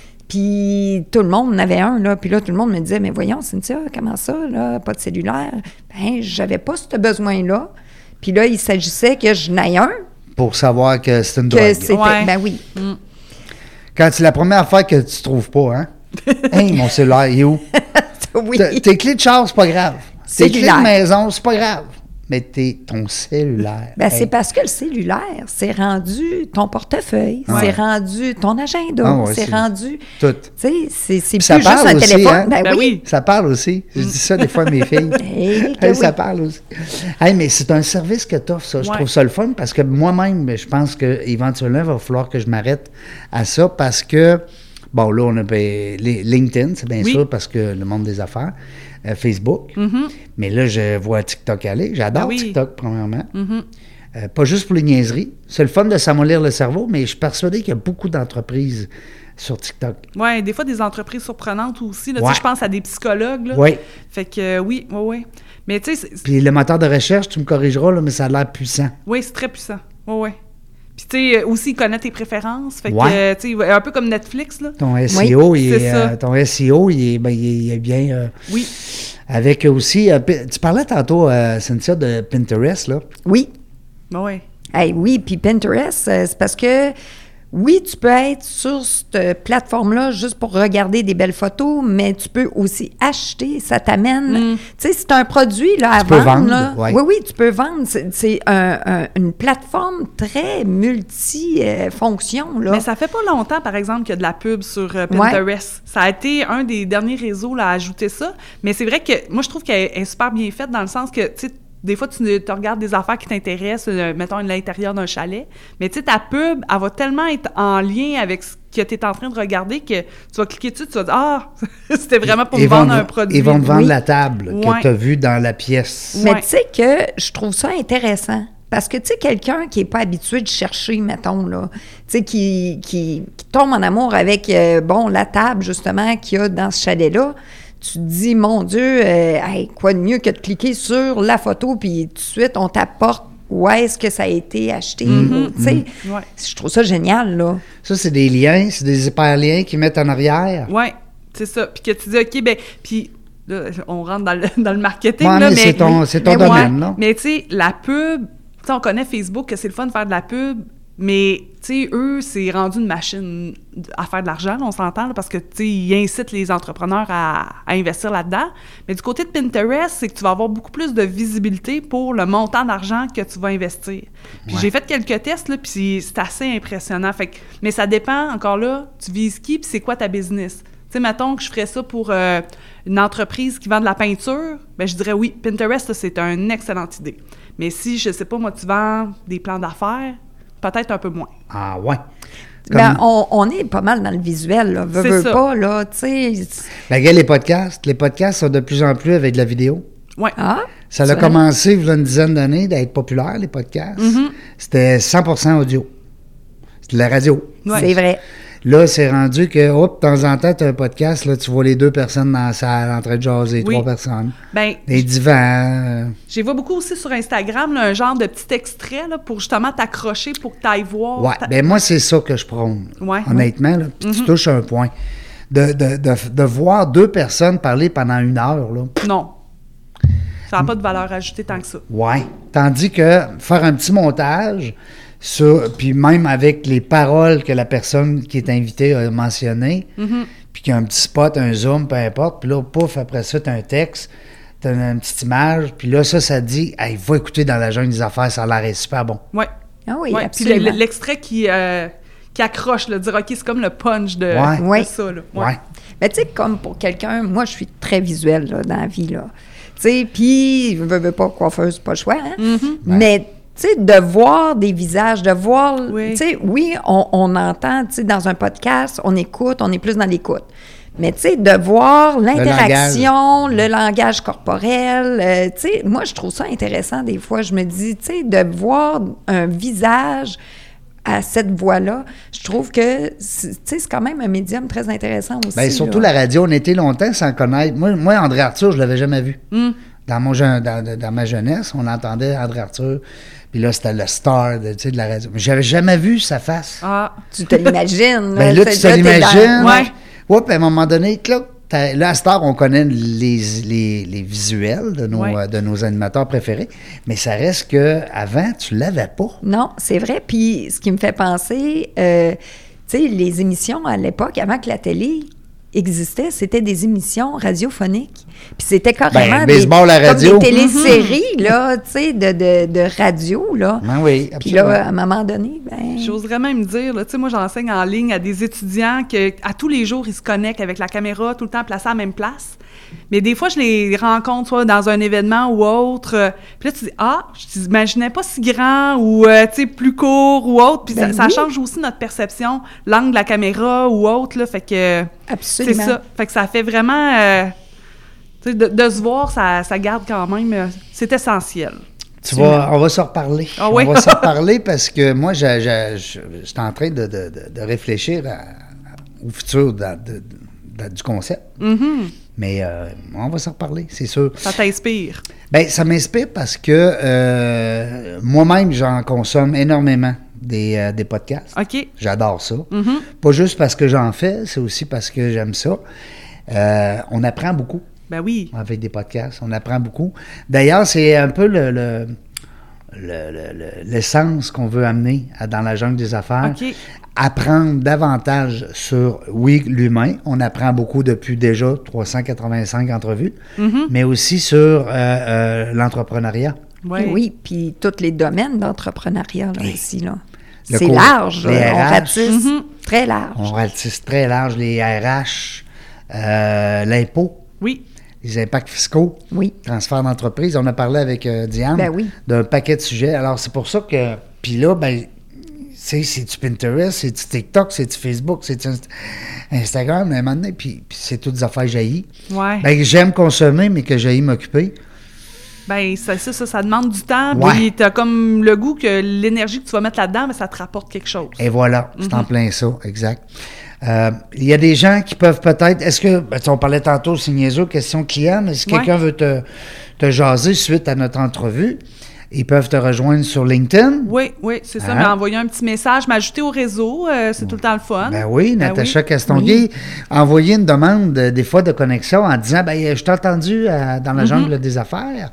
[SPEAKER 3] Puis tout le monde en avait un, là. Puis là, tout le monde me disait, mais voyons, Cynthia, comment ça, là, pas de cellulaire? Ben, j'avais pas ce besoin-là. Puis là, il s'agissait que je n'aie un,
[SPEAKER 2] Pour savoir que c'est une
[SPEAKER 3] que
[SPEAKER 2] drogue.
[SPEAKER 3] c'était...
[SPEAKER 4] Ouais.
[SPEAKER 3] Ben oui.
[SPEAKER 2] Quand c'est la première affaire que tu trouves pas, hein? Hey, mon cellulaire, il est où?
[SPEAKER 3] Oui.
[SPEAKER 2] T- Tes clés de char, c'est pas grave. Tes clés
[SPEAKER 3] Cellulaire.
[SPEAKER 2] de maison, c'est pas grave. Mais t'es ton cellulaire.
[SPEAKER 3] Ben,
[SPEAKER 2] hey.
[SPEAKER 3] c'est parce que le cellulaire, c'est rendu ton portefeuille,
[SPEAKER 2] Ouais.
[SPEAKER 3] c'est rendu ton agenda,
[SPEAKER 2] Ah ouais,
[SPEAKER 3] c'est
[SPEAKER 2] c'est-
[SPEAKER 3] rendu...
[SPEAKER 2] Tout.
[SPEAKER 3] Tu sais, c'est, c'est
[SPEAKER 2] Puis ça
[SPEAKER 3] plus juste
[SPEAKER 2] parle
[SPEAKER 3] un
[SPEAKER 2] aussi,
[SPEAKER 3] téléphone.
[SPEAKER 2] hein?
[SPEAKER 3] Ben,
[SPEAKER 4] Ben
[SPEAKER 3] oui.
[SPEAKER 4] oui.
[SPEAKER 2] Ça parle aussi. Je dis ça des fois à mes filles.
[SPEAKER 3] Hey, que
[SPEAKER 2] Hey, ça
[SPEAKER 3] oui.
[SPEAKER 2] parle aussi. Hey, mais c'est un service que tu offres, ça. Je
[SPEAKER 4] Ouais.
[SPEAKER 2] trouve ça le fun parce que moi-même, je pense qu'éventuellement, il va falloir que je m'arrête à ça parce que, bon, là, on a ben, les- LinkedIn, c'est bien
[SPEAKER 4] Oui.
[SPEAKER 2] sûr, parce que le monde des affaires, euh, Facebook,
[SPEAKER 4] Mhm.
[SPEAKER 2] mais là, je vois TikTok aller. J'adore
[SPEAKER 4] Ben oui.
[SPEAKER 2] TikTok, premièrement.
[SPEAKER 4] Mhm.
[SPEAKER 2] Euh, pas juste pour les niaiseries. C'est le fun de s'amollir le cerveau, mais je suis persuadé qu'il y a beaucoup d'entreprises sur TikTok.
[SPEAKER 4] Ouais, des fois, des entreprises surprenantes aussi. Là, tu
[SPEAKER 2] Ouais.
[SPEAKER 4] sais, je pense à des psychologues. Là.
[SPEAKER 2] Oui.
[SPEAKER 4] Fait que euh, oui, oui, oui. Mais tu sais, c'est-
[SPEAKER 2] Puis le moteur de recherche, tu me corrigeras, là, mais ça a l'air puissant.
[SPEAKER 4] oui, c'est très puissant. Oui, oui. Puis tu sais, aussi, il connaît tes préférences. Fait que,
[SPEAKER 2] Ouais.
[SPEAKER 4] euh, tu sais, un peu comme Netflix, là.
[SPEAKER 2] Ton S E O, il
[SPEAKER 4] c'est
[SPEAKER 2] est,
[SPEAKER 4] ça.
[SPEAKER 2] euh, ton S E O, il est, ben, il est- il est bien. euh,
[SPEAKER 4] Oui.
[SPEAKER 2] avec aussi. euh, P- tu parlais tantôt, euh, Cynthia, de Pinterest, là.
[SPEAKER 3] Oui.
[SPEAKER 4] Ben ouais.
[SPEAKER 3] Hey, oui, puis Pinterest, euh, c'est parce que, oui, tu peux être sur cette plateforme-là juste pour regarder des belles photos, mais tu peux aussi acheter, ça t'amène...
[SPEAKER 4] Mm.
[SPEAKER 3] Tu sais, c'est un produit là, à
[SPEAKER 2] Tu peux
[SPEAKER 3] vendre.
[SPEAKER 2] vendre,
[SPEAKER 3] là.
[SPEAKER 2] ouais.
[SPEAKER 3] Oui, oui, tu peux vendre. C'est, c'est un- un- une plateforme très multi-fonction, là.
[SPEAKER 4] Mais ça fait pas longtemps, par exemple, qu'il y a de la pub sur euh, Pinterest. Ça a été un des derniers réseaux là, à ajouter ça. Mais c'est vrai que moi, je trouve qu'elle est super bien faite dans le sens que, tu sais, des fois, tu te regardes des affaires qui t'intéressent, euh, mettons, à l'intérieur d'un chalet. Mais tu sais, ta pub, elle va tellement être en lien avec ce que tu es en train de regarder que tu vas cliquer dessus, tu vas dire « Ah, c'était vraiment pour
[SPEAKER 2] Ils
[SPEAKER 4] me vendre
[SPEAKER 2] vont-
[SPEAKER 4] un produit. »
[SPEAKER 2] Ils vont te vendre
[SPEAKER 3] Oui.
[SPEAKER 2] la table
[SPEAKER 4] Ouais.
[SPEAKER 2] que tu as vue dans la pièce.
[SPEAKER 3] Mais
[SPEAKER 4] Ouais.
[SPEAKER 3] tu sais que je trouve ça intéressant. Parce que, tu sais, quelqu'un qui n'est pas habitué de chercher, mettons, là, tu sais, qui, qui, qui tombe en amour avec, euh, bon, la table, justement, qu'il y a dans ce chalet-là, tu te dis, mon Dieu, euh, hey, quoi de mieux que de cliquer sur la photo, puis tout de suite, on t'apporte où est-ce que ça a été acheté.
[SPEAKER 2] Mm-hmm.
[SPEAKER 3] ou, tu sais,
[SPEAKER 4] Ouais.
[SPEAKER 3] je trouve ça génial, là.
[SPEAKER 2] Ça, c'est des liens, c'est des hyperliens qu'ils mettent en arrière.
[SPEAKER 4] Oui, c'est ça. Puis que tu dis, OK, ben, puis là, on rentre dans le, dans le marketing,
[SPEAKER 2] Ouais,
[SPEAKER 4] là,
[SPEAKER 2] mais
[SPEAKER 4] mais...
[SPEAKER 2] c'est ton, c'est ton
[SPEAKER 3] mais ouais.
[SPEAKER 2] domaine, là.
[SPEAKER 4] Mais tu sais, la pub, tu sais, on connaît Facebook, que c'est le fun de faire de la pub, mais tu sais, eux, c'est rendu une machine à faire de l'argent, là, on s'entend, là, parce que tu sais, ils incitent les entrepreneurs à, à investir là-dedans. Mais du côté de Pinterest, c'est que tu vas avoir beaucoup plus de visibilité pour le montant d'argent que tu vas investir. Puis
[SPEAKER 2] Ouais.
[SPEAKER 4] j'ai fait quelques tests, là, puis c'est assez impressionnant. Fait que, mais ça dépend, encore là, tu vises qui, puis c'est quoi ta business. Tu sais, mettons que je ferais ça pour euh, une entreprise qui vend de la peinture, bien, je dirais oui, Pinterest, là, c'est une excellente idée. Mais si, je sais pas, moi, tu vends des plans d'affaires, peut-être un peu moins.
[SPEAKER 2] Ah, ouais.
[SPEAKER 3] Ben,
[SPEAKER 2] Comme-
[SPEAKER 3] on, on est pas mal dans le visuel, là. Veux,
[SPEAKER 4] C'est
[SPEAKER 3] veux
[SPEAKER 4] ça.
[SPEAKER 3] pas, là, tu sais.
[SPEAKER 2] Ben, regarde les podcasts. Les podcasts sont de plus en plus avec de la vidéo.
[SPEAKER 4] Ouais.
[SPEAKER 3] Ah,
[SPEAKER 2] Ça a
[SPEAKER 3] c'est vrai.
[SPEAKER 2] commencé, il y a une dizaine d'années, d'être populaire, les podcasts.
[SPEAKER 4] Mhm.
[SPEAKER 2] C'était cent pour cent audio. C'était de la radio.
[SPEAKER 4] Ouais.
[SPEAKER 3] C'est vrai.
[SPEAKER 2] Là, c'est rendu que, hop, de temps en temps, tu as un podcast, là, tu vois les deux personnes dans la salle en train de jaser,
[SPEAKER 4] Oui.
[SPEAKER 2] trois personnes.
[SPEAKER 4] Ben,
[SPEAKER 2] Des divans. euh,
[SPEAKER 4] j'ai vois beaucoup aussi sur Instagram, là, un genre de petit extrait là, pour justement t'accrocher pour que tu ailles voir.
[SPEAKER 2] Ouais,
[SPEAKER 4] ta-
[SPEAKER 2] ben moi, c'est ça que je prône.
[SPEAKER 4] Ouais.
[SPEAKER 2] Honnêtement, là, puis tu touches un point. De, de, de, de voir deux personnes parler pendant une heure, là.
[SPEAKER 4] Non. Ça n'a pas de valeur ajoutée tant que ça.
[SPEAKER 2] Ouais. Tandis que faire un petit montage, sur, puis même avec les paroles que la personne qui est invitée a mentionnées,
[SPEAKER 4] Mhm.
[SPEAKER 2] puis qu'il y a un petit spot, un zoom, peu importe, puis là, pouf, après ça, tu as un texte, tu as une petite image, puis là, ça, ça dit, hey, va écouter dans la jungle des affaires, ça a l'air super bon.
[SPEAKER 4] Ouais.
[SPEAKER 3] Ah oui,
[SPEAKER 4] Ouais. Puis
[SPEAKER 3] absolument.
[SPEAKER 4] le- l'extrait qui, euh, qui accroche, là, dire OK, c'est comme le punch de,
[SPEAKER 2] Ouais.
[SPEAKER 4] de
[SPEAKER 3] Ouais.
[SPEAKER 4] ça. Là.
[SPEAKER 2] Ouais.
[SPEAKER 3] Mais tu sais, comme pour quelqu'un, moi, je suis très visuelle là, dans la vie, là. Tu sais, puis, je veux, veux pas coiffeuse, pas le choix, hein?
[SPEAKER 4] Mhm.
[SPEAKER 3] Mais, tu sais, de voir des visages, de voir,
[SPEAKER 4] Oui.
[SPEAKER 3] tu sais, oui, on, on entend, tu sais, dans un podcast, on écoute, on est plus dans l'écoute. Mais, tu sais, de voir l'interaction, le langage corporel, euh, tu sais, moi, je trouve ça intéressant des fois. Je me dis, tu sais, de voir un visage à cette voix-là, je trouve que c'est, tu sais, c'est quand même un médium très intéressant aussi.
[SPEAKER 2] Bien, surtout
[SPEAKER 3] là.
[SPEAKER 2] la radio, on était longtemps sans connaître. Moi, moi André Arthur, je l'avais jamais vu.
[SPEAKER 4] Mm.
[SPEAKER 2] Dans, mon, jeune- dans, dans ma jeunesse, on entendait André Arthur, puis là, c'était le star de, tu sais, de la radio. Mais j'avais jamais vu sa face.
[SPEAKER 4] Ah.
[SPEAKER 3] Tu te l'imagines.
[SPEAKER 2] Ben là, tu
[SPEAKER 3] c'est-
[SPEAKER 2] te
[SPEAKER 3] t'es
[SPEAKER 2] l'imagines.
[SPEAKER 3] dans-
[SPEAKER 4] Ouais.
[SPEAKER 2] Ouais, puis à un moment donné, clac, t'as- là, à Star, on connaît les, les, les visuels de nos,
[SPEAKER 4] Ouais.
[SPEAKER 2] euh, de nos animateurs préférés, mais ça reste que avant tu l'avais pas.
[SPEAKER 3] Non, c'est vrai. Puis ce qui me fait penser, euh, tu tu sais, les émissions à l'époque, avant que la télé existait, c'était des émissions radiophoniques. Puis c'était carrément
[SPEAKER 2] Ben,
[SPEAKER 3] des,
[SPEAKER 2] baseball à radio.
[SPEAKER 3] comme des téléséries, là, tu sais, de, de, de radio, là.
[SPEAKER 2] Ben oui,
[SPEAKER 3] Puis
[SPEAKER 2] absolument.
[SPEAKER 3] là, à un moment donné, ben...
[SPEAKER 4] J'oserais même dire, là, tu sais, moi, j'enseigne en ligne à des étudiants que à tous les jours, ils se connectent avec la caméra, tout le temps placée à la même place. Mais des fois, je les rencontre soit dans un événement ou autre. euh, Puis là, tu dis, ah, je t'imaginais pas si grand ou, euh, tu sais, plus court ou autre. Puis
[SPEAKER 3] Ben
[SPEAKER 4] ça,
[SPEAKER 3] oui.
[SPEAKER 4] ça change aussi notre perception, l'angle de la caméra ou autre, là. Fait que...
[SPEAKER 3] Absolument.
[SPEAKER 4] C'est ça. Fait que ça fait vraiment... euh, tu sais, de, de se voir, ça, ça garde quand même... euh, c'est essentiel.
[SPEAKER 2] Tu vas, on va se reparler.
[SPEAKER 4] Ah oui?
[SPEAKER 2] On va se reparler parce que moi, je, je, je, je suis en train de, de, de, de réfléchir à- au futur de- de- de- du concept.
[SPEAKER 4] Mhm.
[SPEAKER 2] Mais euh, on va se reparler, c'est sûr.
[SPEAKER 4] Ça t'inspire.
[SPEAKER 2] Bien, ça m'inspire parce que euh, moi-même, j'en consomme énormément des, euh, des podcasts.
[SPEAKER 4] OK.
[SPEAKER 2] J'adore ça.
[SPEAKER 4] Mhm.
[SPEAKER 2] Pas juste parce que j'en fais, c'est aussi parce que j'aime ça. Euh, on apprend beaucoup
[SPEAKER 4] Ben oui.
[SPEAKER 2] avec des podcasts. On apprend beaucoup. D'ailleurs, c'est un peu le, le- le- le- le- l'essence qu'on veut amener à- dans la jungle des affaires.
[SPEAKER 4] OK.
[SPEAKER 2] Apprendre davantage sur, oui, l'humain. On apprend beaucoup depuis déjà trois cent quatre-vingt-cinq entrevues,
[SPEAKER 4] Mhm.
[SPEAKER 2] mais aussi sur euh, euh, l'entrepreneuriat.
[SPEAKER 4] Ouais.
[SPEAKER 3] Oui, puis tous les domaines d'entrepreneuriat, là,
[SPEAKER 2] Oui.
[SPEAKER 3] ici, là.
[SPEAKER 2] Le
[SPEAKER 3] C'est
[SPEAKER 2] cours-
[SPEAKER 3] large,
[SPEAKER 2] les
[SPEAKER 3] là. On
[SPEAKER 2] R H.
[SPEAKER 3] ratisse
[SPEAKER 4] Mhm.
[SPEAKER 3] très large.
[SPEAKER 2] On ratisse très large les R H, euh, l'impôt,
[SPEAKER 4] Oui.
[SPEAKER 2] les impacts fiscaux,
[SPEAKER 3] Oui.
[SPEAKER 2] transfert d'entreprise. On a parlé avec euh, Diane
[SPEAKER 3] Ben oui.
[SPEAKER 2] d'un paquet de sujets. Alors, c'est pour ça que... Puis là, ben, c'est, c'est du Pinterest, c'est du TikTok, c'est du Facebook, c'est du Inst- Instagram, à un moment donné, puis, puis c'est toutes des affaires jaillies.
[SPEAKER 4] Ouais.
[SPEAKER 2] Ben, que j'aime consommer, mais que j'aille m'occuper.
[SPEAKER 4] Ben, ça, ça, ça, ça demande du temps.
[SPEAKER 2] Ouais.
[SPEAKER 4] Puis t'as comme le goût que l'énergie que tu vas mettre là-dedans, mais ça te rapporte quelque chose.
[SPEAKER 2] Et voilà, c'est
[SPEAKER 4] Mhm.
[SPEAKER 2] en plein ça, exact. Euh, Il y a des gens qui peuvent peut-être... Est-ce que... ben, tu sais, on parlait tantôt, c'est niaiseux, question client, mais si
[SPEAKER 4] Ouais.
[SPEAKER 2] quelqu'un veut te, te jaser suite à notre entrevue, ils peuvent te rejoindre sur LinkedIn.
[SPEAKER 4] Oui, oui, c'est ça.
[SPEAKER 2] Hein?
[SPEAKER 4] M'envoyer un petit message, m'ajouter au réseau, euh, c'est tout le temps le fun.
[SPEAKER 2] Ben oui,
[SPEAKER 4] Ben
[SPEAKER 2] Natacha
[SPEAKER 4] oui.
[SPEAKER 2] Castonguay a envoyé une demande, euh, des fois, de connexion en disant, ben, je t'ai entendu euh, dans la
[SPEAKER 4] Mhm.
[SPEAKER 2] jungle des affaires.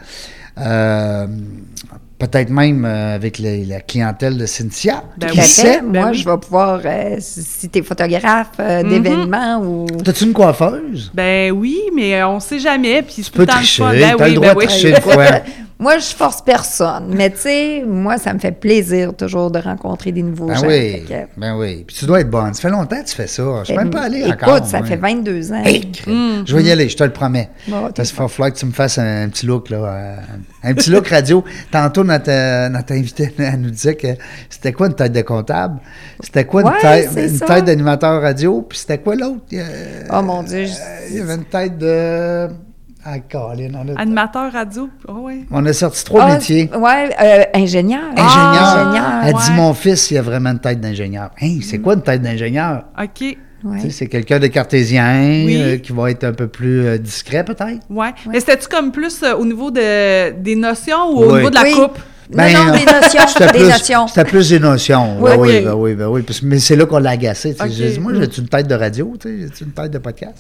[SPEAKER 2] Euh, peut-être même euh, avec le- la clientèle de Cynthia.
[SPEAKER 4] Ben
[SPEAKER 2] Qui
[SPEAKER 3] Tout à
[SPEAKER 4] oui.
[SPEAKER 2] sait?
[SPEAKER 3] fait. Moi,
[SPEAKER 4] Ben oui.
[SPEAKER 3] je vais pouvoir, euh, si si t'es photographe euh,
[SPEAKER 4] Mhm.
[SPEAKER 3] d'événements ou...
[SPEAKER 2] T'as-tu une coiffeuse?
[SPEAKER 4] Ben oui, mais on sait jamais, puis c'est
[SPEAKER 2] Tu
[SPEAKER 4] tout le
[SPEAKER 2] peux
[SPEAKER 4] temps le
[SPEAKER 2] tricher,
[SPEAKER 4] fun.
[SPEAKER 2] t'as
[SPEAKER 4] Ben oui,
[SPEAKER 2] le droit
[SPEAKER 4] ben
[SPEAKER 2] de
[SPEAKER 4] oui.
[SPEAKER 2] tricher une fois.
[SPEAKER 3] Moi, je force personne. Mais tu sais, moi, ça me fait plaisir toujours de rencontrer des nouveaux
[SPEAKER 2] Ben
[SPEAKER 3] gens.
[SPEAKER 2] oui,
[SPEAKER 3] Fait que-
[SPEAKER 2] ben oui. Puis tu dois être bonne. Ça fait longtemps que tu fais ça. Je suis même pas allé
[SPEAKER 3] Écoute,
[SPEAKER 2] encore.
[SPEAKER 3] ça
[SPEAKER 2] moi.
[SPEAKER 3] fait vingt-deux ans.
[SPEAKER 2] Hey, crème. Je vais y aller, je te le promets.
[SPEAKER 3] Bon, t'es
[SPEAKER 2] Parce qu'il va falloir que tu me fasses un, un petit look, là. euh, un petit look radio. Tantôt, notre, euh, notre invité elle nous disait que c'était quoi une tête de comptable? C'était quoi une
[SPEAKER 3] Ouais,
[SPEAKER 2] tête,
[SPEAKER 3] c'est
[SPEAKER 2] une
[SPEAKER 3] ça.
[SPEAKER 2] tête d'animateur radio? Puis c'était quoi l'autre? Il y a-
[SPEAKER 3] Oh mon Dieu. je-
[SPEAKER 2] euh, Il y avait une tête de... Ah, Colin, on a,
[SPEAKER 4] Animateur radio. Oh, ouais.
[SPEAKER 2] on a sorti trois
[SPEAKER 3] Ah,
[SPEAKER 2] métiers.
[SPEAKER 3] Ouais, euh, ingénieur.
[SPEAKER 2] Ingénieur.
[SPEAKER 3] Ah, ingénieur.
[SPEAKER 2] Elle dit,
[SPEAKER 4] ouais.
[SPEAKER 2] mon fils, il a vraiment une tête d'ingénieur. Hey, c'est quoi une tête d'ingénieur?
[SPEAKER 4] OK.
[SPEAKER 3] Ouais.
[SPEAKER 2] Tu sais, c'est quelqu'un de cartésien,
[SPEAKER 4] Oui.
[SPEAKER 2] euh, qui va être un peu plus euh, discret, peut-être.
[SPEAKER 4] Ouais. Mais c'était-tu comme plus euh, au niveau de, des notions ou au
[SPEAKER 2] Oui.
[SPEAKER 4] niveau de la
[SPEAKER 3] Oui.
[SPEAKER 4] coupe?
[SPEAKER 2] Ben,
[SPEAKER 3] non, non, des notions.
[SPEAKER 2] C'était
[SPEAKER 3] des
[SPEAKER 2] plus,
[SPEAKER 3] notions.
[SPEAKER 2] C'était plus des notions.
[SPEAKER 3] Oui,
[SPEAKER 2] Oui, oui,
[SPEAKER 3] oui.
[SPEAKER 2] ben oui, ben oui. Parce- mais c'est là qu'on l'a agacé. tu sais.
[SPEAKER 4] Ok.
[SPEAKER 2] J'ai dit, moi, j'ai une tête de radio, tu sais, j'ai une tête de podcast.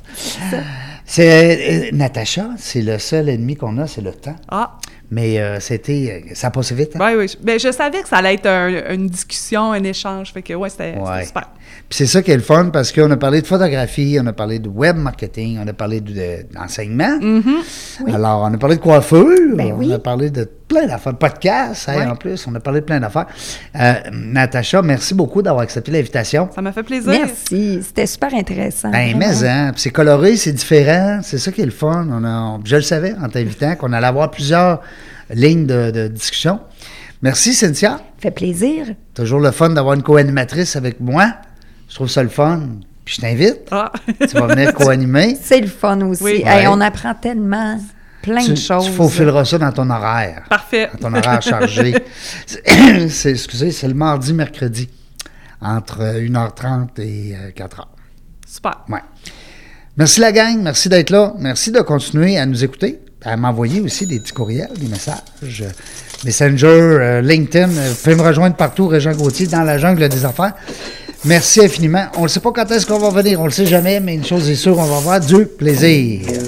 [SPEAKER 2] C'est euh, Natacha, c'est le seul ennemi qu'on a, c'est le temps.
[SPEAKER 4] Ah,
[SPEAKER 2] Mais euh, c'était, ça a passé vite. Hein?
[SPEAKER 4] ben oui. je- Ben, je savais que ça allait être un- une discussion, un échange. Fait que, ouais, c'était c'était
[SPEAKER 2] Ouais.
[SPEAKER 4] super.
[SPEAKER 2] Puis c'est ça qui est le fun parce qu'on a parlé de photographie, on a parlé de web marketing, on a parlé de- de- d'enseignement.
[SPEAKER 4] Mm-hmm.
[SPEAKER 2] Alors, on a parlé de coiffure,
[SPEAKER 3] Ben
[SPEAKER 2] on
[SPEAKER 3] oui.
[SPEAKER 2] a parlé de plein d'affaires, de podcasts, hein,
[SPEAKER 4] Ouais.
[SPEAKER 2] en plus, on a parlé de plein d'affaires. Euh, Natacha, merci beaucoup d'avoir accepté l'invitation.
[SPEAKER 4] Ça m'a fait plaisir.
[SPEAKER 3] Merci. C'était super intéressant.
[SPEAKER 2] Ben,
[SPEAKER 3] vraiment.
[SPEAKER 2] mais, hein, puis c'est coloré, c'est différent, c'est ça qui est le fun. On a, on- je le savais en t'invitant qu'on allait avoir plusieurs lignes de, de discussion. Merci, Cynthia.
[SPEAKER 3] Fait plaisir.
[SPEAKER 2] Toujours le fun d'avoir une co-animatrice avec moi. Je trouve ça le fun. Puis je t'invite.
[SPEAKER 4] Ah.
[SPEAKER 2] Tu vas venir co-animer.
[SPEAKER 3] C'est le fun aussi.
[SPEAKER 4] Oui.
[SPEAKER 3] Hey,
[SPEAKER 2] Ouais.
[SPEAKER 3] on apprend tellement plein
[SPEAKER 2] Tu,
[SPEAKER 3] de choses.
[SPEAKER 2] tu faufileras ça dans ton horaire.
[SPEAKER 4] Parfait.
[SPEAKER 2] Dans ton horaire chargé. C'est, c'est- excusez, c'est le mardi, mercredi, entre une heure trente et euh, quatre heures.
[SPEAKER 4] Super.
[SPEAKER 2] Ouais. Merci la gang, merci d'être là. Merci de continuer à nous écouter, à m'envoyer aussi des petits courriels, des messages. euh, Messenger, euh, LinkedIn. euh, Vous pouvez me rejoindre partout, Régent Gauthier, dans la jungle des affaires. Merci infiniment. On ne sait pas quand est-ce qu'on va venir, on ne le sait jamais, mais une chose est sûre, on va avoir du plaisir.